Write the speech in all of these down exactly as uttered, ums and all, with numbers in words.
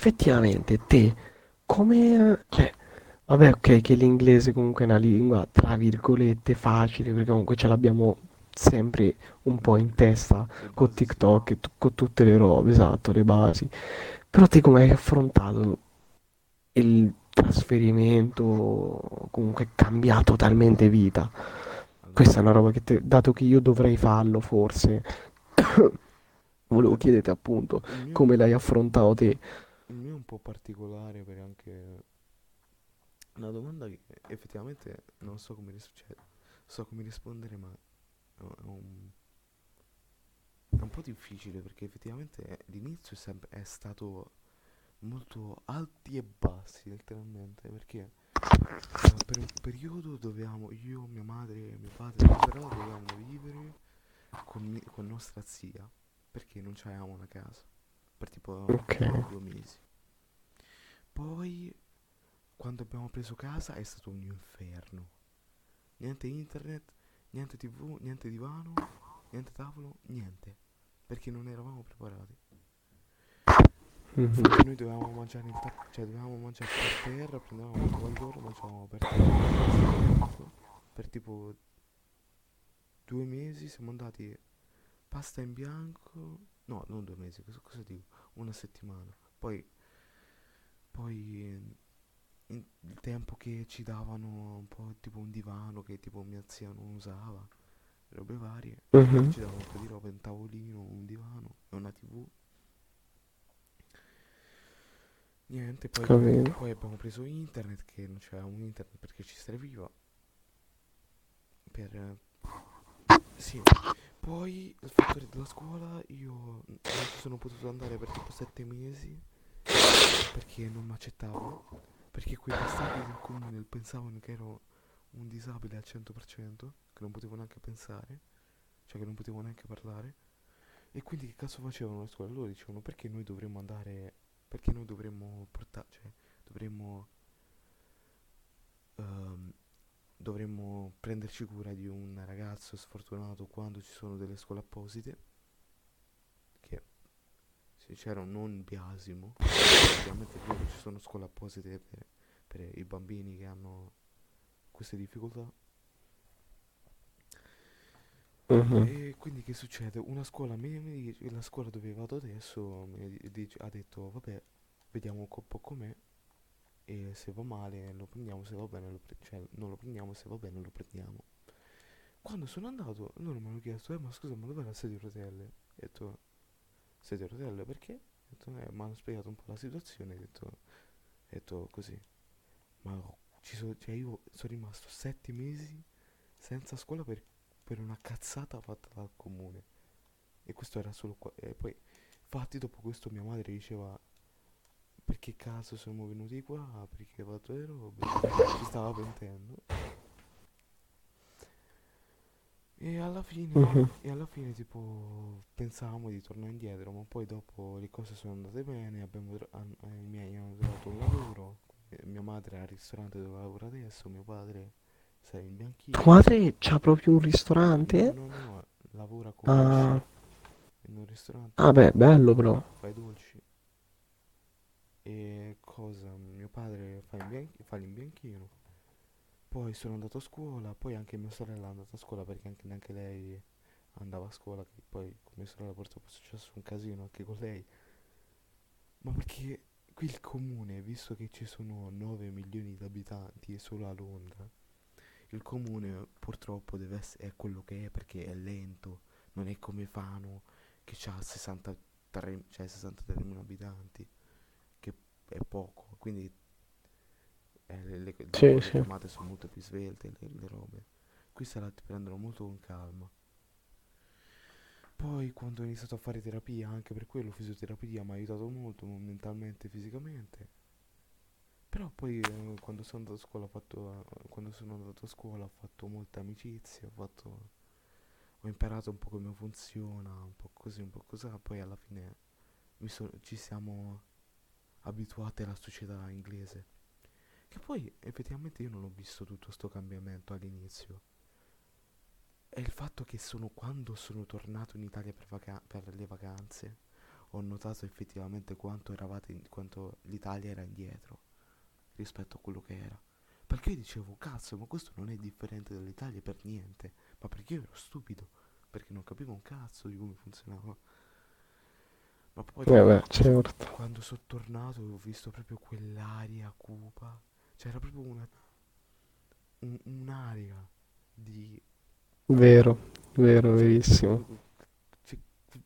effettivamente te come... Cioè, vabbè, ok, che l'inglese comunque è una lingua, tra virgolette, facile, perché comunque ce l'abbiamo sempre un po' in testa Le con basi sì. TikTok e tu- con tutte le robe, esatto, le basi. Però te come hai affrontato il trasferimento, comunque è cambiato talmente vita? Questa è Allora, una roba che, te- dato che io dovrei farlo, forse, volevo vabbè, chiederti appunto il mio è un come l'hai po', affrontato te. il mio è un po' particolare perché anche una domanda che effettivamente non so come, ris- cioè, so come rispondere, ma è un, è un po' difficile perché effettivamente l'inizio è, sempre, è stato molto alti e bassi, letteralmente, perché eh, per un periodo dovevamo, io, mia madre, mio padre e mia sorella dovevamo vivere con, mi- con nostra zia, perché non c'avevamo una casa, per tipo Ok. due mesi. Poi, quando abbiamo preso casa, è stato un inferno. Niente internet, niente tv, niente divano, niente tavolo, niente, perché non eravamo preparati. Mhm. Infatti noi dovevamo mangiare in ta- cioè dovevamo mangiare per terra, prendevamo il pomodoro, mangiavamo per terra, pasta in bianco. Per tipo due mesi siamo andati pasta in bianco. No, non due mesi, cosa, cosa dico? Una settimana. Poi, poi eh, in- il tempo che ci davano un po' tipo un divano che tipo mia zia non usava, robe varie. Quindi Mhm. ci davano un po' di roba, un tavolino, un divano e una tv. Niente, poi, Capito. poi abbiamo preso internet, che non c'era un internet perché ci serviva per... eh, sì. Poi il fattore della scuola, io non ci sono potuto andare per tipo sette mesi perché non mi accettavano, perché quei bastardi del comune pensavano che ero un disabile al cento per cento, che non potevo neanche pensare, cioè che non potevo neanche parlare. E quindi che cazzo facevano le scuole? Loro dicevano perché noi dovremmo andare, perché noi dovremmo portare, cioè dovremmo ehm, dovremmo prenderci cura di un ragazzo sfortunato quando ci sono delle scuole apposite, che se c'era un non biasimo, perché effettivamente è vero, ci sono scuole apposite per, per i bambini che hanno queste difficoltà. Mhm. E quindi che succede? Una scuola, mi, mi dice- la scuola dove vado adesso mi di- dice- ha detto, vabbè, vediamo un po' com'è e se va male lo prendiamo, se va bene lo pre- cioè non lo prendiamo, se va bene lo prendiamo. Quando sono andato, loro mi hanno chiesto, eh ma scusa, ma dov'è la sedia a rotelle? Ho detto, sedia a rotelle perché? Ho detto, eh, mi hanno spiegato un po' la situazione, ho detto, ho detto così. Ma ho- ci so- cioè io sono rimasto sette mesi senza scuola per, per una cazzata fatta dal comune. E questo era solo qua. E poi, infatti, dopo questo mia madre diceva, perché cazzo siamo venuti qua? Perché fatto ero? Si stava pentendo. E alla Mhm. fine, e alla fine tipo pensavamo di tornare indietro, ma poi dopo le cose sono andate bene, abbiamo tro- han- eh, i miei hanno trovato un lavoro, eh, mia madre al ristorante dove lavora adesso, mio padre sta in Tua bianchino. madre c'ha proprio un No, ristorante? no, no, no, lavora come Ah, chef in un ristorante, ah beh, bello però. fa i dolci. E cosa? Mio padre fa, in bianchi- fa l'imbianchino. Poi sono andato a scuola, poi anche mia sorella è andata a scuola perché anche, neanche lei andava a scuola, che poi con mia sorella purtroppo è successo un casino anche con lei. Ma perché qui il comune, visto che ci sono nove milioni di abitanti solo a Londra, il comune purtroppo deve essere, è quello che è perché è lento, non è come Fano che ha sessantatré, cioè sessantatré mila abitanti, che è poco, quindi eh, le, le- Sì, dopo le sì. chiamate sono molto più svelte, le, le robe. Qui se la prendono molto con calma. Poi quando ho iniziato a fare terapia, anche per quello fisioterapia mi ha aiutato molto mentalmente e fisicamente. Però poi eh, quando sono andato a scuola ho fatto, eh, quando sono andato a scuola ho fatto molte amicizie, ho fatto, ho imparato un po' come funziona, un po' così, un po' così, poi alla fine mi so- ci siamo abituati alla società inglese. Che poi effettivamente io non ho visto tutto sto cambiamento all'inizio. È il fatto che sono quando sono tornato in Italia per, vaca- per le vacanze, ho notato effettivamente quanto eravate, in- quanto l'Italia era indietro rispetto a quello che era. Perché io dicevo, cazzo, ma questo non è differente dall'Italia per niente. Ma perché io ero stupido, perché non capivo un cazzo di come funzionava. Ma poi Eh beh, quando, certo. quando sono tornato ho visto proprio quell'aria cupa. C'era proprio una, un- un'aria di... Vero, vero, Cioè, verissimo. proprio... C'è,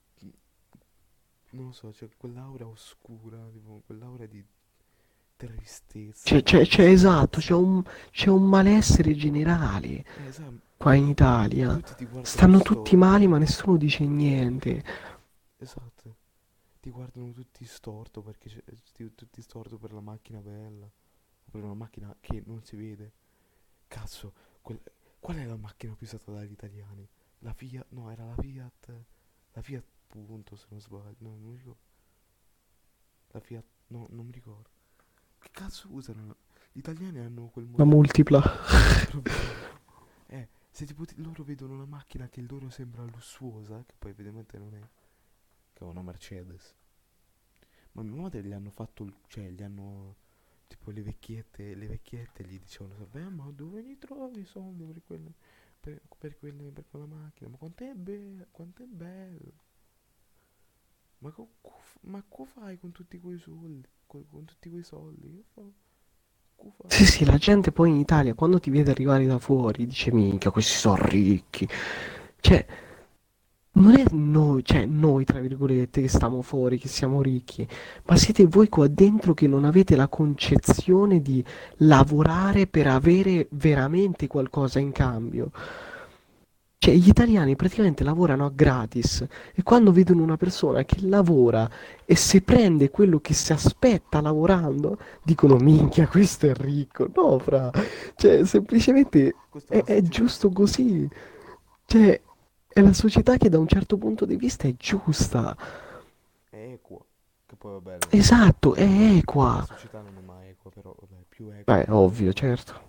non lo so, c'è quell'aura oscura, tipo, quell'aura di tristezza, C'è, di c'è- c'è- esatto, c'è tristezza. un, c'è un malessere generale Eh, sai, qua in Italia. tutti ti guardano Stanno tutti male, storto. ma nessuno dice niente. Esatto. Ti guardano tutti storto perché c'è, ti- tutti storto per la macchina bella. O per una macchina che non si vede. Cazzo, quel- qual è la macchina più usata dagli italiani? La Fiat, no, era la Fiat. La Fiat punto, se non sbaglio. No, non mi ricordo. La Fiat, no, non mi ricordo. Che cazzo usano? Gli italiani hanno quel La modello. multipla. Bravo. Eh, se tipo ti- loro vedono una macchina che loro sembra lussuosa, che poi evidentemente non è, che è una Mercedes. Ma mia madre gli hanno fatto, il- cioè gli hanno, tipo le vecchiette, le vecchiette gli dicevano sempre, "Eh, ma dove li trovi i soldi per quelle, per, per quelle, per quella macchina? Ma quanto è bello, quanto è bello. Ma co, co- ma co fai con tutti quei soldi? Con, con tutti quei soldi? Che fa? Co Sì, fai?" sì, la gente poi in Italia, quando ti vede arrivare da fuori, dice, minchia, questi sono ricchi. Cioè, non è noi, cioè noi, tra virgolette, che stiamo fuori, che siamo ricchi, ma siete voi qua dentro che non avete la concezione di lavorare per avere veramente qualcosa in cambio. Cioè, gli italiani praticamente lavorano a gratis e quando vedono una persona che lavora e se prende quello che si aspetta lavorando, dicono, minchia, questo è ricco. No, fra, cioè, semplicemente Questa è è, la è società. giusto così. Cioè, è la società che da un certo punto di vista è giusta. È equa. Che poi vabbè, la, Esatto, è la equa. società non è mai equa, però vabbè, più equa Beh, di ovvio, così. certo.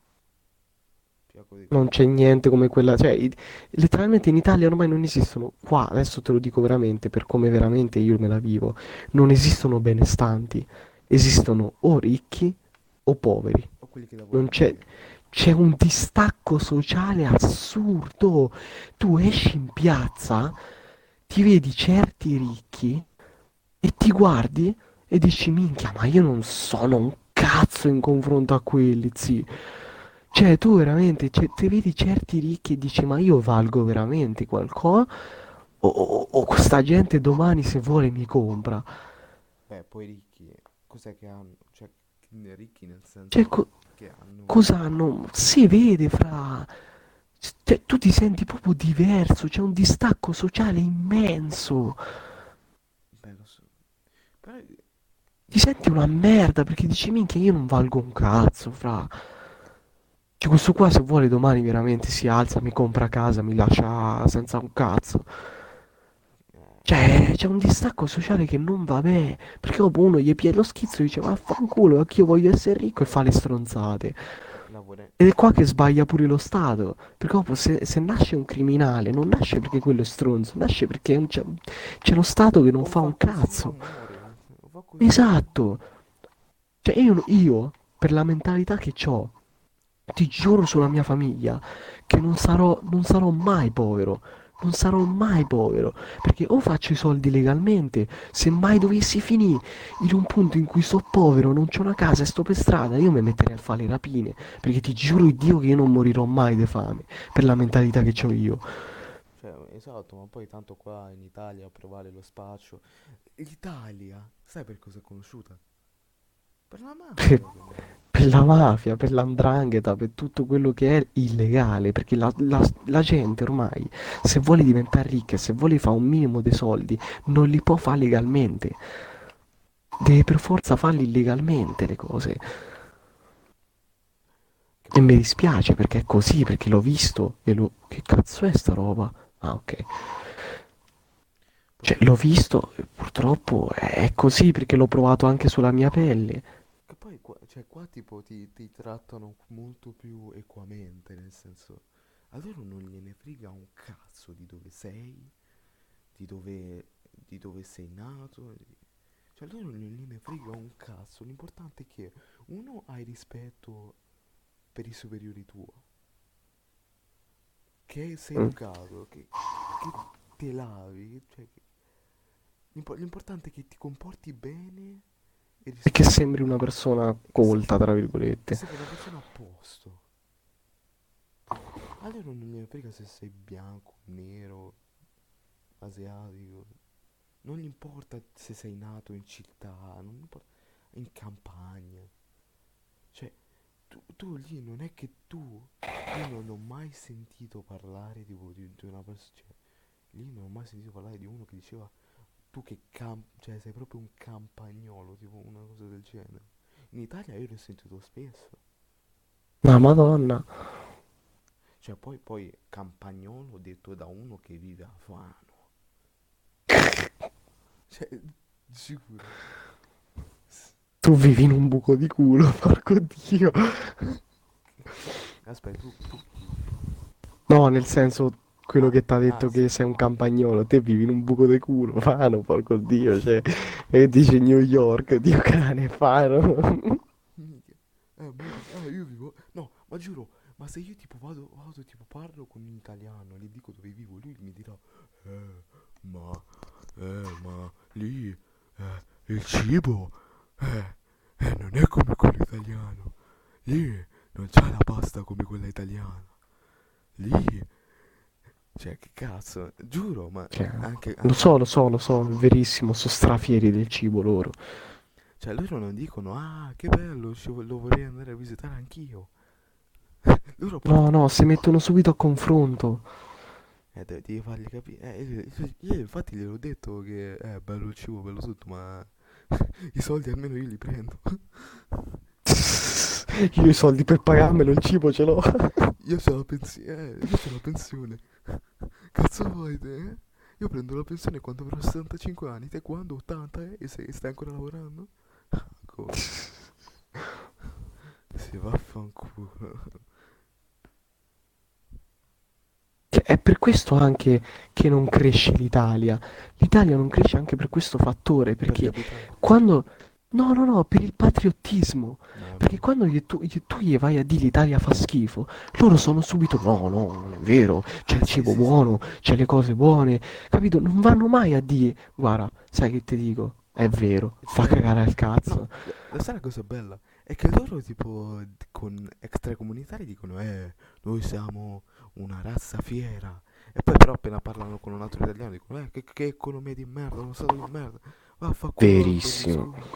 Più equa di Non così c'è non è. niente come quella, cioè, i- letteralmente in Italia ormai non esistono, qua, adesso te lo dico veramente, per come veramente io me la vivo, non esistono benestanti, esistono o ricchi o poveri. O quelli che Non lavorano di c'è, meno. c'è un distacco sociale assurdo. Tu esci in piazza, ti vedi certi ricchi e ti guardi e dici, minchia, ma io non sono un cazzo in confronto a quelli, zi. Cioè, tu veramente, cioè, ti vedi certi ricchi e dici, ma io valgo veramente qualcosa? O, o, o questa gente domani se vuole mi compra. Beh, poi ricchi, cos'è che hanno? Cioè, che- ricchi nel Cioè, senso co- che hanno... cosa hanno? Si vede fra... Cioè, tu ti senti proprio diverso, c'è un distacco sociale immenso. Beh, lo so. Però, Ti senti una merda perché dici, minchia, io non valgo un cazzo, fra... Cioè, questo qua se vuole domani veramente si alza, mi compra casa, mi lascia senza un cazzo. eh, Cioè, c'è un distacco sociale che non va bene, perché dopo uno gli piede lo schizzo e dice vaffanculo, anch'io voglio essere ricco e fa le stronzate. lavora... Ed è qua che sbaglia pure lo Stato, perché dopo se, se nasce un criminale non nasce perché quello è stronzo, nasce perché non c'è, c'è lo Stato che non O fa fa un così o cazzo. muore. O fa così o muore. Esatto. Cioè io, io, per la mentalità che ho, ti giuro sulla mia famiglia che non sarò, non sarò mai povero. Non sarò mai povero, perché o faccio i soldi legalmente, se mai dovessi finire in un punto in cui sto povero, non c'ho una casa e sto per strada, io mi metterei a fare le rapine, perché ti giuro di Dio che io non morirò mai di fame, per la mentalità che ho io. Cioè, esatto, ma poi tanto qua in Italia prevale lo spaccio. L'Italia, sai per cosa è conosciuta? Per la mafia, però. Per la mafia, per l'andrangheta, per tutto quello che è illegale, perché la, la- la gente ormai, se vuole diventare ricca, se vuole fare un minimo di soldi, non li può fare legalmente, deve per forza farli illegalmente le cose. Che E mi poi... dispiace perché è così, perché l'ho visto e lo... Che cazzo è sta roba? Ah, ok. Poi Cioè, che l'ho poi... visto e purtroppo è così perché l'ho provato anche sulla mia pelle. Che poi qua, cioè, qua tipo ti, ti trattano molto più equamente, nel senso... A loro non gliene frega un cazzo di dove sei, di dove... di dove sei nato. di- Cioè, loro non gliene frega un cazzo. L'importante è che uno hai rispetto per i superiori tuoi, che sei Mm. educato, che, che te lavi. Cioè, che- l'impo- l'importante è che ti comporti bene e E che rispetti. sembri una persona Che, se- colta, tra che virgolette. sei una persona a posto. A loro non gliene frega se sei bianco, nero, asiatico. Non gli importa se sei nato in città, non gli importa in campagna. Cioè, tu, tu lì non è che tu. Io non ho mai sentito parlare tipo, di, di una persona. Cioè, lì non ho mai sentito parlare di uno che diceva tu che camp. Cioè, sei proprio un campagnolo, tipo una cosa del genere. In Italia io l'ho sentito spesso. Ma Madonna. Cioè, poi, poi campagnolo detto da uno che vive a Fano. Cioè, giuro. S- Tu vivi in un buco di culo, porco Dio. Aspetta, tu, tu chi? No, nel senso, quello Ah, che ti ha ah, detto che sì. sei un campagnolo, te vivi in un buco di culo, Fano, porco Dio, cioè, e dici New York, Dio cane, Fano. Minchia. Eh, ma io, ah, io vivo. No, ma giuro, ma se io tipo vado, vado tipo parlo con un italiano, gli dico dove vivo, lui mi dirà, eh, ma, eh, ma lì, eh, il cibo, eh, eh, non è come quello italiano. Lì non c'è la pasta come quella italiana. Lì, cioè, che cazzo, giuro, ma Cioè, anche, lo anche, so, lo so, lo so, è verissimo, sono strafieri del cibo loro. cioè, loro non dicono, ah, che bello, ci vo- lo vorrei andare a visitare anch'io. Loro No, partono. no, si mettono subito a confronto. Eh, de- devi fargli capire. Eh, io, io- io infatti gliel'ho detto che è bello il cibo, bello tutto, ma i soldi almeno io li prendo. Io i soldi per pagarmelo, il cibo ce l'ho. Io c'ho la pensione, eh, io c'ho la pensione. Cazzo vuoi te? eh? Io prendo la pensione quando avrò settantacinque anni, te quando ottanta eh? E sei, stai ancora lavorando? Ancora. Si vaffanculo. Cioè, è per questo anche che non cresce l'Italia. L'Italia non cresce anche per questo fattore, Per gli perché abitanti. quando... No, no, no, per il patriottismo. No, Perché no. quando gli- tu, gli- tu gli vai a dire l'Italia fa schifo, loro sono subito no, no, non è vero, c'è Ah, il sì, cibo sì, sì. buono, c'è le cose buone, capito? Non vanno mai a dire, guarda, sai che ti dico? È vero, fa Cioè, cagare al no, cazzo. la, la sai la cosa bella? È che loro tipo d- con extracomunitari dicono eh, noi siamo una razza fiera. E poi però appena parlano con un altro italiano dicono eh, che, che economia di merda, uno stato di merda. Vaffanculo a Verissimo. Berlusconi.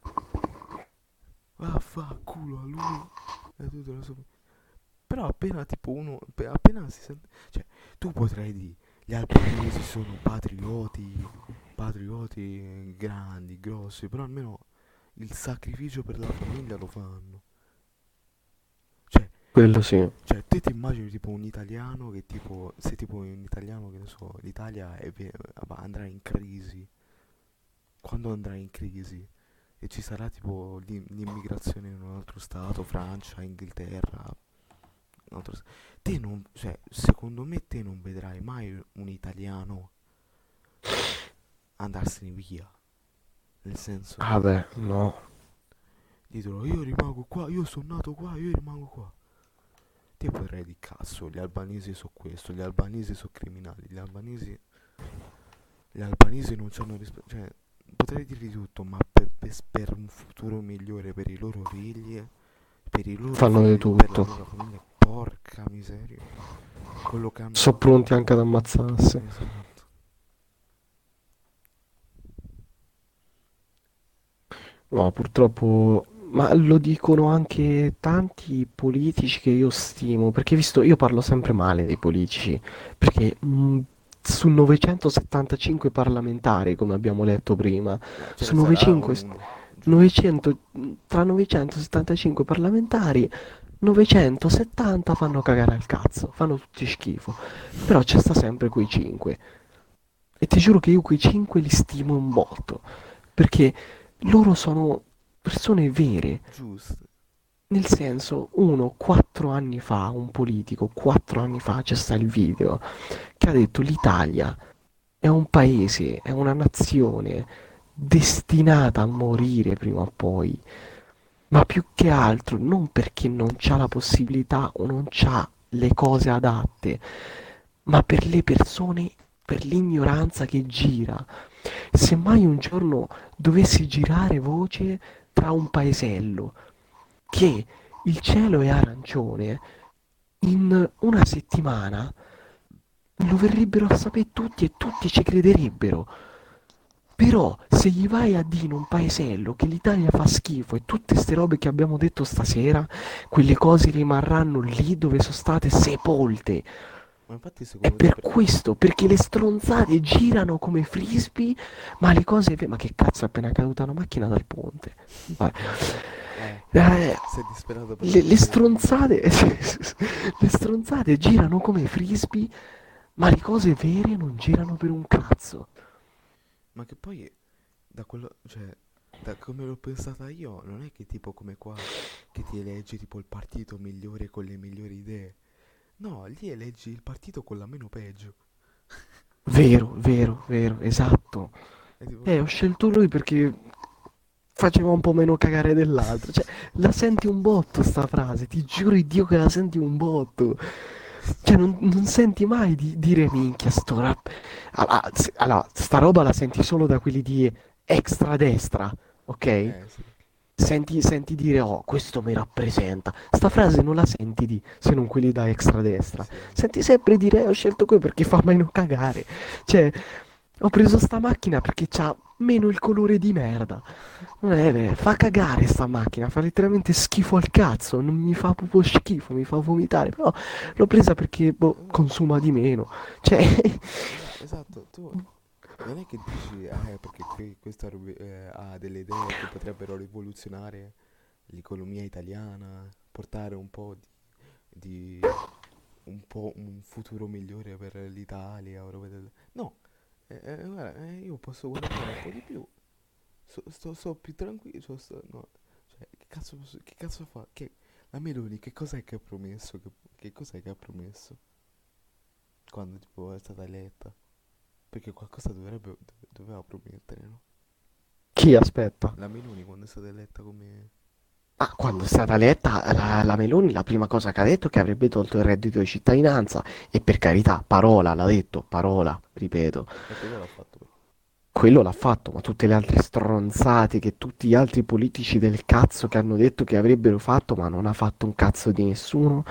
Vaffanculo a lui. E tu te lo so. Però appena tipo uno, appe- appena si sente. Cioè, tu potrai dire, gli albanesi sono patrioti, patrioti grandi, grossi, però almeno il sacrificio per la famiglia lo fanno. Cioè, Quello sì. cioè te ti immagini tipo un italiano che tipo, se tipo un italiano che ne so, l'Italia è ve- va- andrà in crisi, quando andrà in crisi e ci sarà tipo l'im- l'immigrazione in un altro stato, Francia, Inghilterra, un altro st- te non, cioè, secondo me te non vedrai mai un italiano andarsene via, nel senso, Ah beh, no. dicono io rimango qua, io sono nato qua, io rimango qua. Te potrai di cazzo, gli albanesi sono questo, gli albanesi sono criminali, gli albanesi, gli albanesi non hanno rispetto, cioè, potrei dire di tutto, ma per, per, per un futuro migliore per i loro figli, per i loro Fanno di figli, per la tutto. loro famiglia, porca miseria, quello che hanno Sono fatto, pronti anche ad ammazzarsi. esatto. No, purtroppo, ma lo dicono anche tanti politici che io stimo, perché visto, io parlo sempre male dei politici, perché mh, su novecentosettantacinque parlamentari, come abbiamo letto prima, Eh, ce su ne sarà novecento, uno, giusto? novecento tra novecentosettantacinque parlamentari, novecentosettanta fanno cagare al cazzo, fanno tutti schifo, però c'è sta sempre quei cinque. E ti giuro che io quei cinque li stimo un botto, perché loro sono persone vere. Giusto. Nel senso, uno, quattro anni fa, un politico, quattro anni fa, c'è sta il video, che ha detto l'Italia, è un paese, è una nazione destinata a morire prima o poi, ma più che altro non perché non c'ha la possibilità o non c'ha le cose adatte, ma per le persone, per l'ignoranza che gira. Se mai un giorno dovessi girare voce tra un paesello che il cielo è arancione, in una settimana lo verrebbero a sapere tutti e tutti ci crederebbero. Però se gli vai a dire in un paesello che l'Italia fa schifo e tutte ste robe che abbiamo detto stasera, quelle cose rimarranno lì dove sono state sepolte. Ma infatti È secondo te per per... questo, perché le stronzate girano come frisbee, ma le cose... ve- Ma che cazzo è appena caduta una macchina dal ponte? Vabbè. Eh, Eh, sei disperato per la le, le Meloni. stronzate... le stronzate girano come frisbee, ma le cose vere non girano per un cazzo. Ma che poi, da quello, cioè, da come l'ho pensata io, non è che tipo come qua, che ti eleggi tipo il partito migliore con le migliori idee. No, lì eleggi il partito con la meno peggio. Vero, vero, vero, esatto. È tipo, Eh, ho scelto lui perché faceva un po' meno cagare dell'altro. Cioè, la senti un botto sta frase, ti giuro di Dio che la senti un botto. Cioè, non, non senti mai di dire minchia, sto rap. Allora, s- allora, sta roba la senti solo da quelli di extra destra, ok? eh sì, Senti, senti dire, oh, questo mi rappresenta. Sta frase non la senti di, se non quelli da extra destra. sì. Senti sempre dire, eh, ho scelto qui perché fa meno cagare. Cioè, ho preso sta macchina perché c'ha meno il colore di merda. Non è vero, fa cagare sta macchina, fa letteralmente schifo al cazzo, non mi fa proprio schifo, mi fa vomitare, però Eh, l'ho presa perché, boh, eh, consuma di meno. Cioè, esa- esatto, tu non è che dici, eh, perché qui questa robe- eh, ha delle idee che potrebbero rivoluzionare l'economia italiana, portare un po' di, di un po' un futuro migliore per l'Italia o robe del... No, eh, eh, guarda, eh, io posso guadagnare un po' di più, so, sto, sto più tranquillo, cioè, sto- no, cioè, che cazzo, posso- che cazzo fa? Che, la Meloni che cos'è che ha promesso? Che, che cos'è che ha promesso quando tipo è stata eletta? Perché qualcosa dovrebbe, dove- doveva promettere, no? chi aspetta? La Meloni quando è stata eletta come... Ah, quando è stata eletta la, la Meloni, la prima cosa che ha detto è che avrebbe tolto il reddito di cittadinanza e per carità, parola, l'ha detto, parola, ripeto. E quello l'ha fatto però. Quello l'ha fatto, ma tutte le altre stronzate che tutti gli altri politici del cazzo che hanno detto che avrebbero fatto, ma non ha fatto un cazzo di nessuno.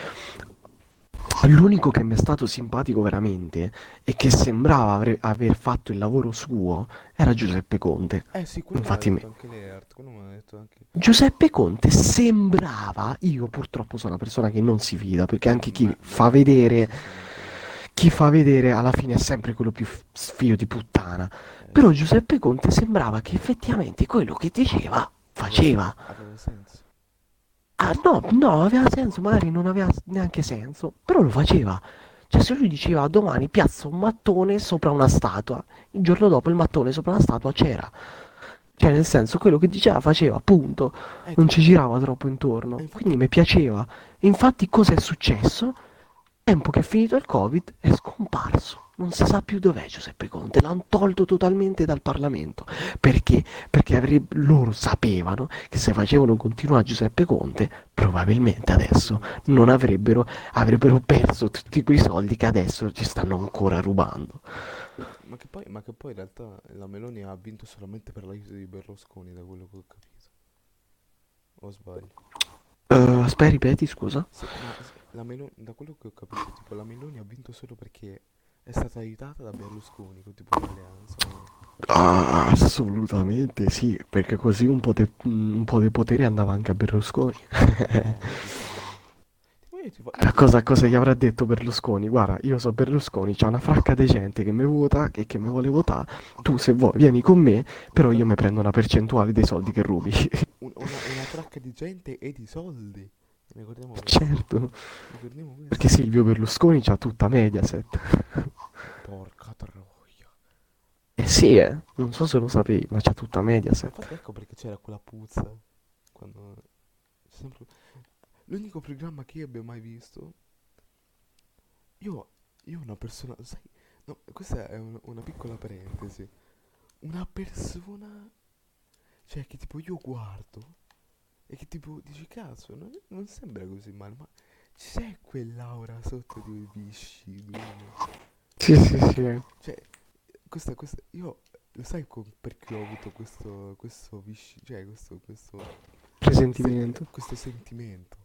L'unico che mi è stato simpatico veramente e che sembrava avre- aver fatto il lavoro suo era Giuseppe Conte. Eh sì, quello me l'ha Infatti, me- detto anche lei, Art, quello me l'ha detto anche... Giuseppe Conte sembrava, io purtroppo sono una persona che non si fida, perché Eh, anche chi ma, ma fa io pure allo vedere, stesso identico. chi fa vedere alla fine è sempre quello più f- figlio di puttana. Eh Però sì, Giuseppe Conte sembrava che effettivamente quello che diceva aveva, sen- faceva. aveva senso. Ah, no, no, aveva senso, magari non aveva neanche senso, però lo faceva. Cioè, se lui diceva domani piazza un mattone sopra una statua, il giorno dopo il mattone sopra la statua c'era. Cioè, nel senso, quello che diceva faceva, punto. Eh, Non tipo... ci girava troppo eh, intorno. Quindi infatti... mi piaceva. Infatti, cosa è successo? Tempo che è finito il Covid, è scomparso. Non si sa più dov'è Giuseppe Conte, l'hanno tolto totalmente dal Parlamento. Perché? Perché avreb- loro sapevano che se facevano continuare Giuseppe Conte, probabilmente adesso Sì, non tipo... avrebbero, avrebbero perso tutti quei soldi che adesso ci stanno ancora rubando. Ma che poi, ma che poi in realtà la Meloni ha vinto solamente per l'aiuto di Berlusconi, da quello che ho capito. O sbaglio? Uh, aspetta, ripeti, scusa. Sì, ma s- la Meloni, da quello che ho capito, tipo la Meloni ha vinto solo perché è stata aiutata da Berlusconi, con tipo un'alleanza. O... Ah, assolutamente sì, perché così un po' di un po' di potere andava anche a Berlusconi. Eh, giustamente. Tipo io ti, fa- io A ti cosa, voglio... cosa gli avrà detto Berlusconi? Guarda, io so Berlusconi, c'è una fracca di gente che mi vota e che mi vuole votare. Tu se vuoi vieni con me, Una, però fra- io mi prendo una percentuale dei soldi che rubi. un- una, una fracca di gente e di soldi. Ricordiamo questo. Certo, Ricordiamo perché questo. Silvio Berlusconi c'ha tutta Mediaset. Porca troia. Eh sì, eh, non so se lo sapevi, ma c'ha tutta Ma Mediaset. infatti ecco perché c'era quella puzza. Quando... c'è sempre... L'unico programma che io abbia mai visto... Io... Io una persona... Sai... No, questa è un- una piccola parentesi. Una persona, cioè che tipo io guardo e che tipo dici cazzo, non, non sembra così male, ma c'è quell'aura sotto di quei visci, d'uno. Sì, sì, sì, Cioè, questa, questa, io lo sai co- perché ho avuto questo, questo visci, cioè questo, questo, se- presentimento. questo sentimento.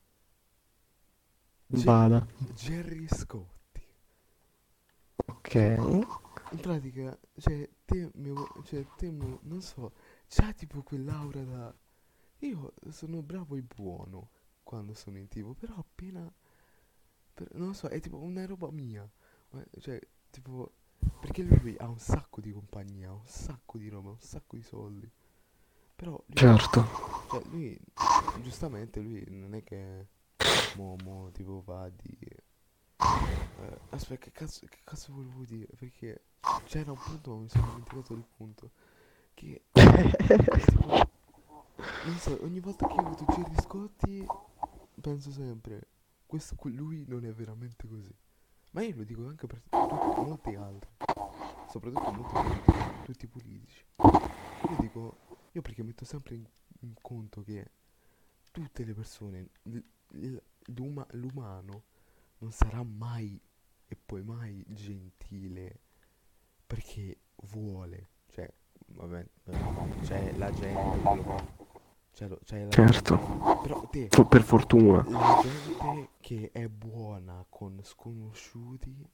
Ge- Vada. Gerry Scotti. Ok. Cioè, in pratica, cioè, te, mio, cioè, te, mo- non so, c'ha tipo quell'aura da... Io sono bravo e buono quando sono in tipo, però appena... per- non lo so, è tipo una roba mia. Ma- Cioè, tipo... Perché lui ha un sacco di compagnia, un sacco di roba, un sacco di soldi. Però lui, Certo. cioè, lui, giustamente, lui non è che... Mo, mo, tipo, va di... Eh, aspetta, che cazzo, che cazzo volevo dire? Perché c'era un punto, ma mi sono dimenticato del punto. Che è tipo, non so, ogni volta che io vedo Gerry Scotti penso sempre, questo, que- lui non è veramente così. Ma io lo dico anche per tutti, molti altri, soprattutto molti politici, tutti politici. Io dico, io perché metto sempre in, in conto che tutte le persone, l- l- l'uma- l'umano non sarà mai e poi mai gentile perché vuole. Cioè, vabbè, vabbè, c'è la gente che lo fa, c'è, lo- c'è la Certo. gente, però te, Fu- per fortuna. la gente che è buona con sconosciuti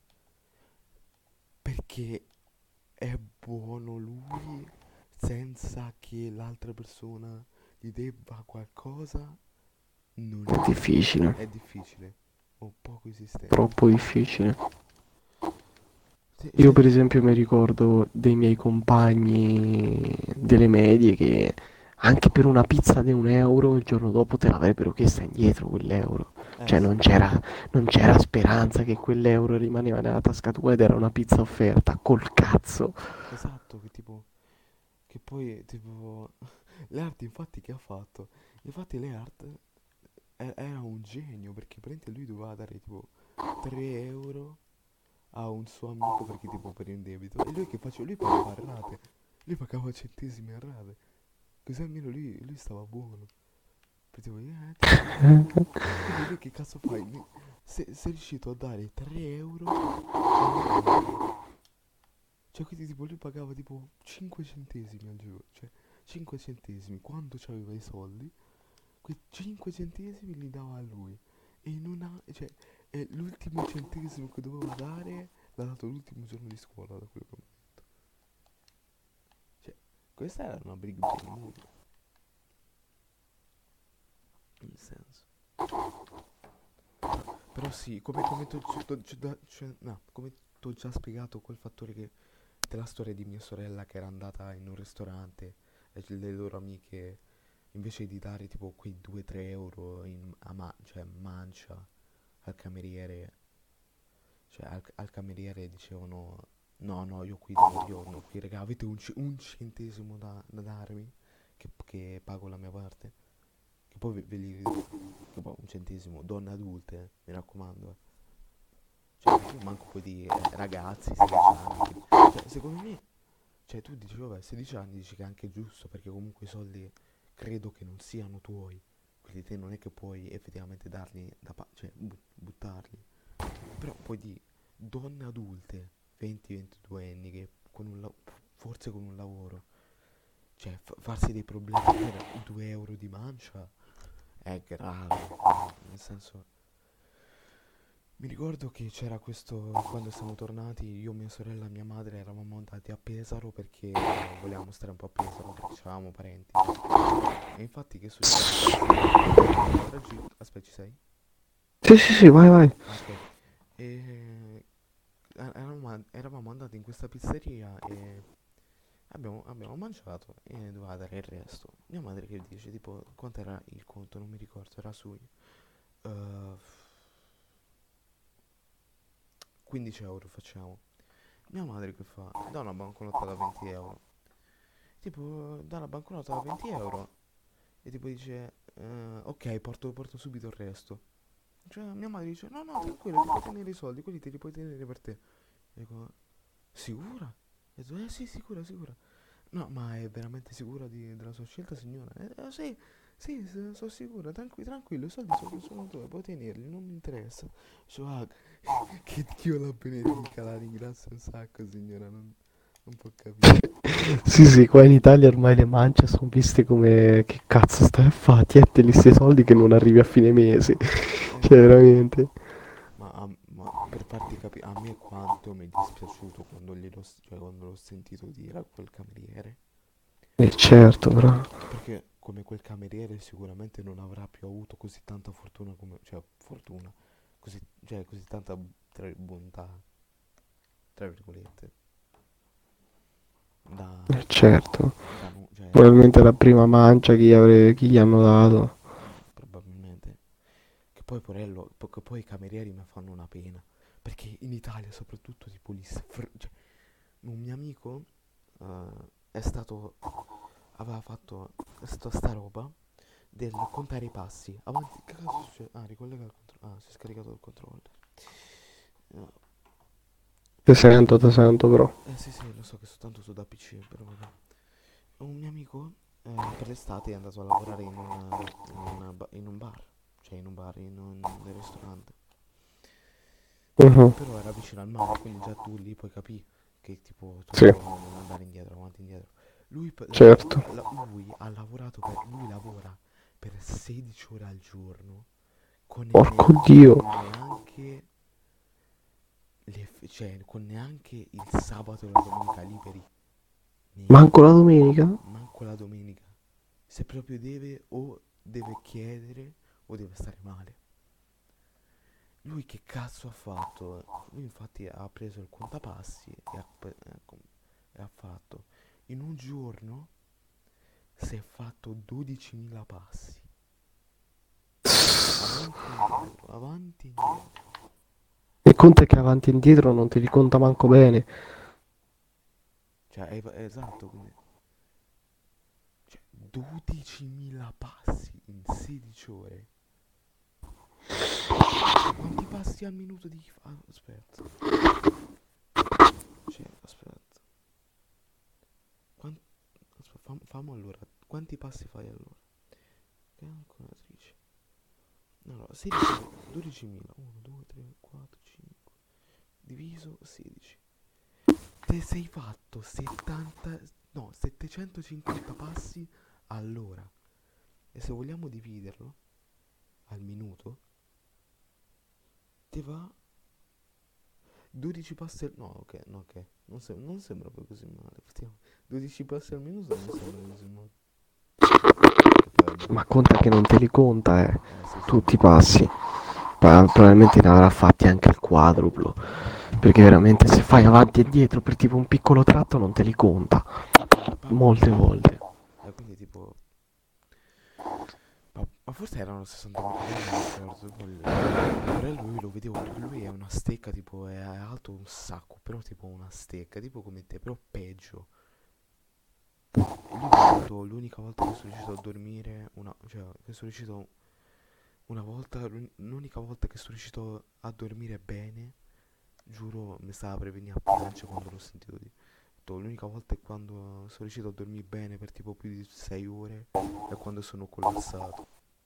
perché è buono lui senza che l'altra persona gli debba qualcosa, non È è, difficile. è difficile o poco esistente. Troppo difficile. Se, Io se per ti... esempio mi ricordo dei miei compagni delle medie che anche per una pizza di un euro il giorno dopo te l'avrebbero chiesta indietro quell'euro. Eh Cioè non sì, c'era, non c'era speranza che quell'euro rimaneva nella tasca tua ed era una pizza offerta. Col cazzo. esatto, che tipo... Che poi, tipo... Le arti infatti che ha fatto? Infatti le art e- era un genio perché praticamente lui doveva dare tipo tre euro a un suo amico perché tipo per un debito e lui che faceva? Lui pagava a rate, lui pagava centesimi a rate, così almeno lui, lui stava buono. Perché tipo, eh, ti do tre euro. Quindi lui che cazzo fai? Mi- Se, sei riuscito a dare tre euro a un ragazzo. Cioè quindi tipo lui pagava tipo cinque centesimi al giorno, cioè cinque centesimi quando c'aveva i soldi, quei cinque centesimi li dava a lui. E in una, cioè, e l'ultimo centesimo che doveva dare l'ha dato l'ultimo giorno di scuola, da quello che mi ha detto. Cioè, questa era una big brain move, nel senso. Però, però sì, come, come t'ho ci- t'ho ci- da- cioè, no, come t'ho già spiegato quel fattore che della storia di mia sorella che era andata in un ristorante e le loro amiche invece di dare tipo quei due-tre euro in, a ma- cioè mancia al cameriere, cioè al, al cameriere dicevano no no io qui, devo- io no, qui raga avete un, ci- un centesimo da, da darmi che, che pago la mia parte, che poi ve, ve li ridò, che poi un centesimo, donne adulte, eh, mi raccomando, eh. Cioè perché io manco poi di eh, ragazzi sedici anni, che- cioè secondo me, cioè tu dici vabbè sedici anni dici che è anche giusto perché comunque i soldi credo che non siano tuoi, quindi te non è che puoi effettivamente darli da pa- cioè bu- buttarli. Però poi di donne adulte, venti ventidue anni, che con un la- forse con un lavoro, cioè fa- farsi dei problemi per due euro di mancia è grave, grave, nel senso... Mi ricordo che c'era questo, quando siamo tornati, io, mia sorella e mia madre eravamo andati a Pesaro perché volevamo stare un po' a Pesaro perché avevamo parenti. E infatti che successe? Eravamo al tragitto... Aspetta, ci sei? Sì, sì, sì, vai, vai. Ah, ok. E eh, eravamo, eravamo andati in questa pizzeria e abbiamo, abbiamo mangiato e doveva dare il resto. Mia madre che dice, tipo, quant'era il conto? Non mi ricordo, era sui eh, quindici euro facciamo. Mia madre che fa? Da una banconota da venti euro. Tipo, da una banconota da venti euro e tipo dice, eh, ok, porto, porto subito il resto. Cioè, mia madre dice, no, no, tranquillo, ti puoi tenere i soldi, quelli te li puoi tenere per te. E dico, Sicura? E tu, eh sì, sicura, sicura. No, ma è veramente sicura di- della sua scelta, signora? Eh, eh, sì, sì, s- sono sicura, tranqui- tranquillo, i soldi sono, sono tuoi, puoi tenerli, non mi interessa. Cioè, ah, che Dio la benedica, la ringrazio un sacco, signora, non, non può capire. Sì, sì, qua in Italia ormai le mance sono viste come che cazzo stai a fare? Tienteli sti soldi che non arrivi a fine mese. Eh, Cioè, veramente. ma, a- ma per farti capire, a me quanto mi è dispiaciuto quando, glielo, s- cioè, quando l'ho sentito dire a quel cameriere. E certo, però. Perché come quel cameriere sicuramente non avrà più avuto così tanta fortuna come, cioè, fortuna, così, cioè, così tanta tra, bontà, tra virgolette, da, E certo. da no- cioè, Probabilmente la prima mancia che gli, avre- che gli hanno dato. probabilmente. Che poi, porello, po- che poi i camerieri mi fanno una pena. Perché in Italia, soprattutto, tipo, gli sfr- cioè, un mio amico eh, è stato, aveva fatto sto, sta roba del contare i passi. Avanti, che cosa succede? Ah, ricollega il controllo. Ah, si è scaricato il controller. No. Ti sento, ti sento, però. Eh sì, sì, lo so che soltanto su da P C, però vabbè. Un mio amico eh, per l'estate è andato a lavorare in, una, in, una ba- in un bar, cioè in un bar, in un, nel ristorante. E Mhm. però era vicino al mare, quindi già tu lì puoi capire che tipo tu Sì, devi andare indietro, avanti e indietro. Lui, per- la- certo. la- lui ha lavorato per, lui lavora per sedici ore al giorno con, Porco nea- Dio. con neanche le, f- cioè con neanche il sabato e la domenica liberi. Manco la Neanche, domenica? manco la domenica. Se proprio deve o deve chiedere o deve stare male. Lui che cazzo ha fatto? Lui infatti ha preso il contapassi e ha, pe- eh, com- e ha fatto in un giorno si è fatto dodicimila passi. Avanti e indietro, avanti e indietro. E conta che avanti e indietro non te li conta manco bene. Cioè, è, è esatto, quindi. Cioè, dodicimila passi in sedici ore. Cioè, quanti passi al minuto di... Ah, aspetta. Cioè, aspetta. Quan- aspetta, fam- fammo allora. Quanti passi fai allora? Calcolatrice. Allora, sedici, dodicimila. uno, due, tre, quattro, cinque. Diviso sedici. Te sei fatto settanta... No, settecentocinquanta passi all'ora. E se vogliamo dividerlo al minuto, ti va dodici passi al... No, ok, no, ok. Non, sem- non sembra poi così male. Effettivamente. dodici passi al minuto non sembra così male. Che poi vabbè. Ma conta che non te li conta, eh. Eh sì, sì, Tutti no. i passi. Pa- probabilmente ne avrà fatti anche il quadruplo. Perché veramente se fai avanti e dietro per tipo un piccolo tratto non te li conta. Ma, Molte volte. eh, quindi tipo... Ma, ma forse erano sessantamila, io non mi ricordo, tipo il, il porello io lo vedevo perché lui è una stecca, tipo è alto un sacco, però tipo una stecca, tipo come te, però peggio. E lui mi ha detto l'unica volta che sono riuscito a dormire, una, cioè che sono riuscito una volta, l'un- l'unica volta che sono riuscito a dormire bene, giuro mi stava per venire a piangere quando l'ho sentito dire. Ho detto, l'unica volta è quando sono riuscito a dormire bene per tipo più di sei ore è quando sono collassato.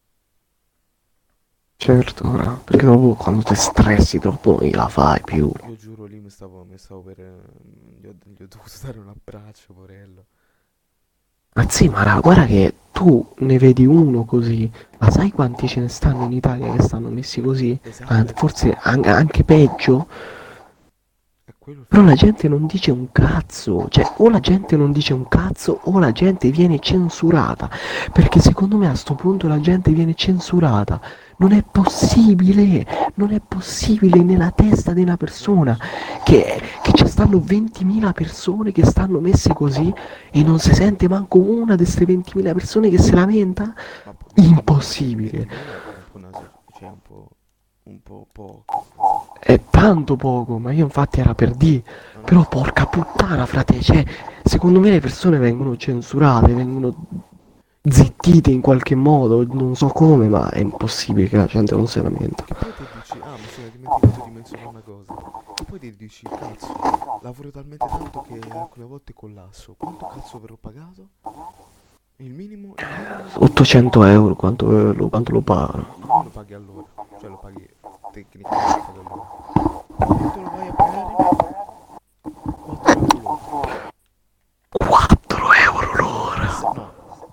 Certo, bravo. Perché dopo quando ti stressi troppo non gliela fai più. Io giuro lì mi stavo, mi stavo per... eh, Gli ho, gli ho dovuto dare un abbraccio, porello. Ma sì, ma ra- guarda che tu ne vedi uno così, ma sai quanti ce ne stanno in Italia che stanno messi così? Ah, Esatto, forse an- anche peggio. è quello il Però la fatto. gente non dice un cazzo, cioè o la gente non dice un cazzo o la gente viene censurata, perché secondo me a sto punto la gente viene censurata. Non è possibile, non è possibile nella testa di una No, lo persona so. che, che ci stanno ventimila persone che stanno messe così e non si sente manco una di queste ventimila persone che si lamenta? Ma po- ventimila, Impossibile. ventimila è un po' una esager- cioè un po', un po' poco. Nel senso. È tanto poco, ma io infatti era per dire, No, no, però sì. porca puttana, frate, cioè, secondo me le persone vengono censurate, vengono... zittite in qualche modo, non so come, ma è impossibile che la gente non se lamenta. Che poi ti dici, ah, mi sono dimenticato di menzionare una cosa. Che poi ti dici, cazzo, lavoro talmente tanto che alcune volte collasso. Quanto cazzo verrò pagato? Il minimo, il minimo di ottocento euro, quanto lo, quanto lo pagano? il minimo lo paghi all'ora. Cioè lo paghi, tecnicamente lo paghi all'ora. Quanto lo vai a pagare? quattro euro l'ora. quattro euro l'ora. Se- no,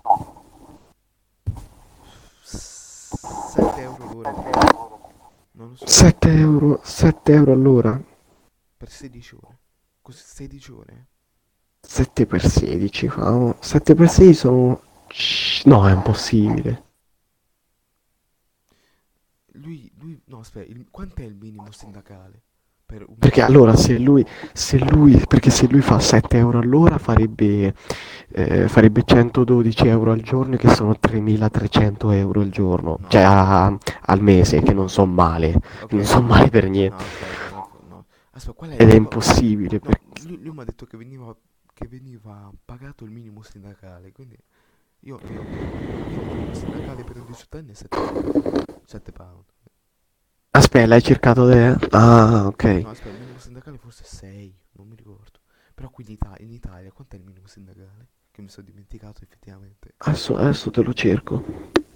sette euro l'ora direi. Non lo so. sette euro, sette euro all'ora. Per sedici ore. Così sedici ore? eh? sette per sedici, famo. sette per sei sono... No, è impossibile. Lui, lui, no, aspetta, il- quant'è il minimo sindacale? Per un Perché mese? allora se lui, se lui, perché se lui fa sette euro all'ora farebbe, eh, farebbe centododici euro al giorno che sono tremilatrecento euro al giorno, No, cioè aspetta. a- al mese, che non so male, Ok, che non so no. male per No, niente. aspetta, no, no. Aspetta, qual è? Ed è qua- impossibile No, perché... lui, lui mi ha detto che veniva, che veniva pagato il minimo sindacale, quindi io te lo dico. Il minimo sindacale per un diciottenne è sette euro. sette pound. Aspetta, l'hai cercato te? Ah, ok. No, aspetta, il minimo sindacale forse è sei, non mi ricordo. Però qui in Ita- in Italia, quant'è il minimo sindacale? Che mi sono dimenticato effettivamente. Adesso, adesso te lo cerco.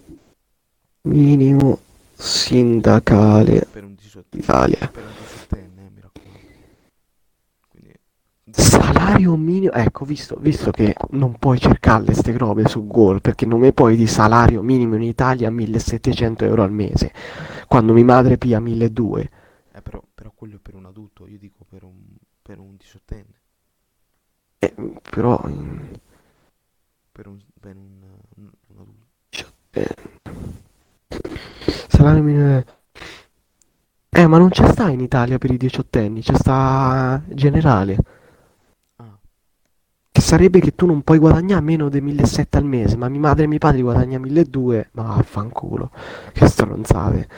Minimo sindacale Per un diciotto, Italia. per un diciottenne, eh, mi raccomando. Quindi, un diciottenne. Salario minimo, ecco, visto, visto che non puoi cercarle ste robe su Google, perché non mi puoi di salario minimo in Italia millesettecento euro al mese, quando mia madre pia milleduecento. Eh, però, però quello è per un adulto, io dico per un, per un diciottenne. Eh, però, mm, Per un, per un, un- un adulto. eh, salario minimo... Eh, ma non c'è sta in Italia per i diciottenni, c'è sta generale. Ah, Che sarebbe che tu non puoi guadagnare meno di millesettecento al mese, ma mia madre e mio padre guadagnano milleduecento, ma vaffanculo, che stronzate.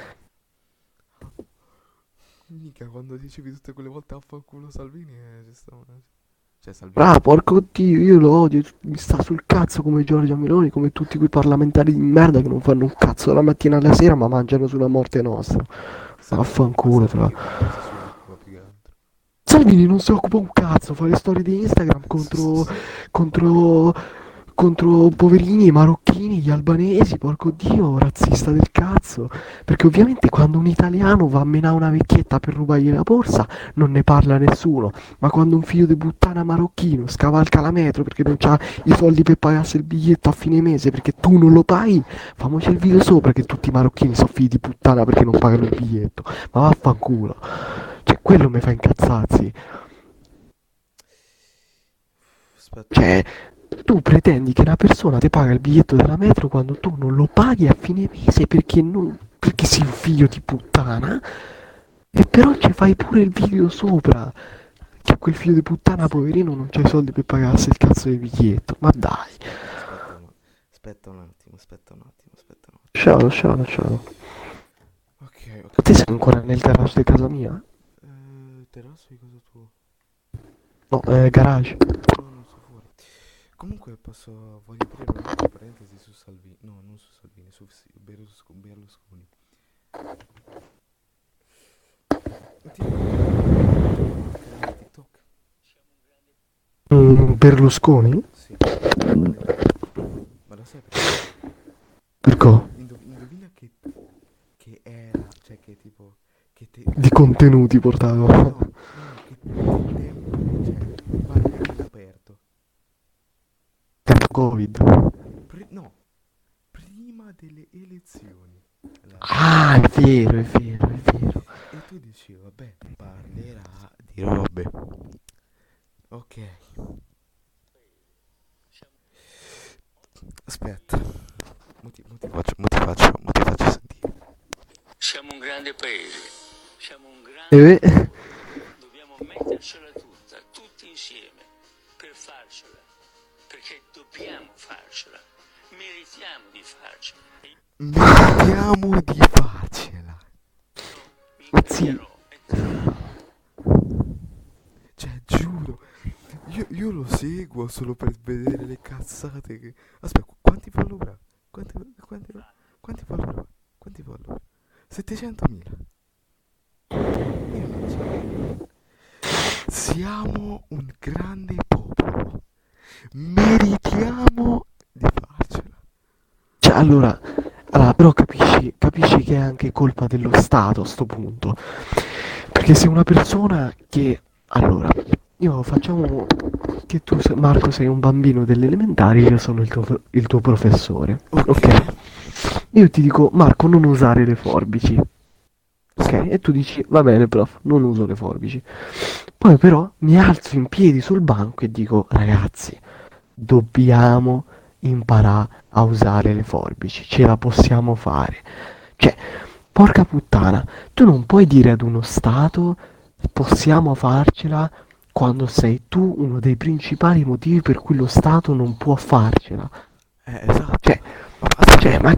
mica quando dicevi tutte quelle volte a fanculo Salvini, eh, ci sta una... Cioè, Salvini. Bravo, porco dio, io lo odio, mi sta sul cazzo come Giorgia Meloni, come tutti quei parlamentari di merda che non fanno un cazzo dalla mattina alla sera, ma mangiano sulla morte nostra. Salvini, ma Vaffanculo, Salvini tra. di che cosa si occupa più che altro? Salvini non si occupa un cazzo, fa le storie di Instagram contro, contro, contro poverini marocchini, gli albanesi, porco dio, razzista del cazzo. Perché ovviamente quando un italiano va a menare una vecchietta per rubargli la borsa non ne parla nessuno, ma quando un figlio di puttana marocchino scavalca la metro perché non c'ha i soldi per pagarsi il biglietto a fine mese perché tu non lo paghi, famoci il video sopra che tutti i marocchini sono figli di puttana perché non pagano il biglietto. Ma vaffanculo. Cioè, quello mi fa incazzarsi. Aspetta, Cioè, tu pretendi che una persona ti paga il biglietto della metro quando tu non lo paghi a fine mese perché, non, perché sei un figlio di puttana e però ci fai pure il video sopra che quel figlio di puttana poverino non c'ha i soldi per pagarsi il cazzo del biglietto. Ma dai. aspetta, aspetta un, aspetta un attimo, aspetta un attimo, aspetta un attimo. Lascialo, lascialo, lascialo. Ok, ho Te sei capito. ancora nel terrazzo di casa mia? Eh, terrazzo di casa tua? No, eh, garage. No, non so fuori. Comunque posso, voglio aprire un'altra parentesi su Salvini, no, non su Salvini, su S- Berlusco- Berlusconi. Ti ricordi il canale TikTok? Mm, Berlusconi? Sì, ma lo sai perché? Perché? Indo- indovina che, che era, cioè che tipo, che, te, Di che tempo, contenuti portato. no, no, no, che, che tempo, cioè, parliamo all'aperto. Tempo Covid. Pre- no, prima delle elezioni. La Ah, è vero, è vero, è vero. E tu dici, vabbè, parlerà di robe. Ok, aspetta. Mo ti, mo ti faccio, mo ti faccio, mo ti faccio sentire. Siamo un grande paese, siamo un E grande beh, popolo, dobbiamo mettercela tutta, tutti insieme, per farcela, perché dobbiamo farcela, meritiamo di farcela. E io Meritiamo di farcela. mi ma sì, impegnerò, metterò Cioè, giuro. Io, io lo seguo solo per vedere le cazzate che... Aspetta, qu- quanti follower ha? Quanti, quanti, quanti follower ha? Quanti follower? settecentomila. Io non so. Siamo un grande popolo. Meritiamo di farcela. Cioè, allora, allora, però capisci, capisci che è anche colpa dello Stato a sto punto. Perché se una persona che... Allora, io facciamo che tu, se- Marco, sei un bambino delle elementari, io sono il tuo, il tuo professore. Ok. Ok? Io ti dico, Marco, non usare le forbici. Ok? Sì. E tu dici, va bene, prof, non uso le forbici. Poi però mi alzo in piedi sul banco e dico, ragazzi, dobbiamo imparare a usare le forbici, ce la possiamo fare. Cioè, porca puttana, tu non puoi dire ad uno Stato possiamo farcela quando sei tu uno dei principali motivi per cui lo Stato non può farcela. Eh, esatto. Cioè, Ma aspetta. cioè, ma...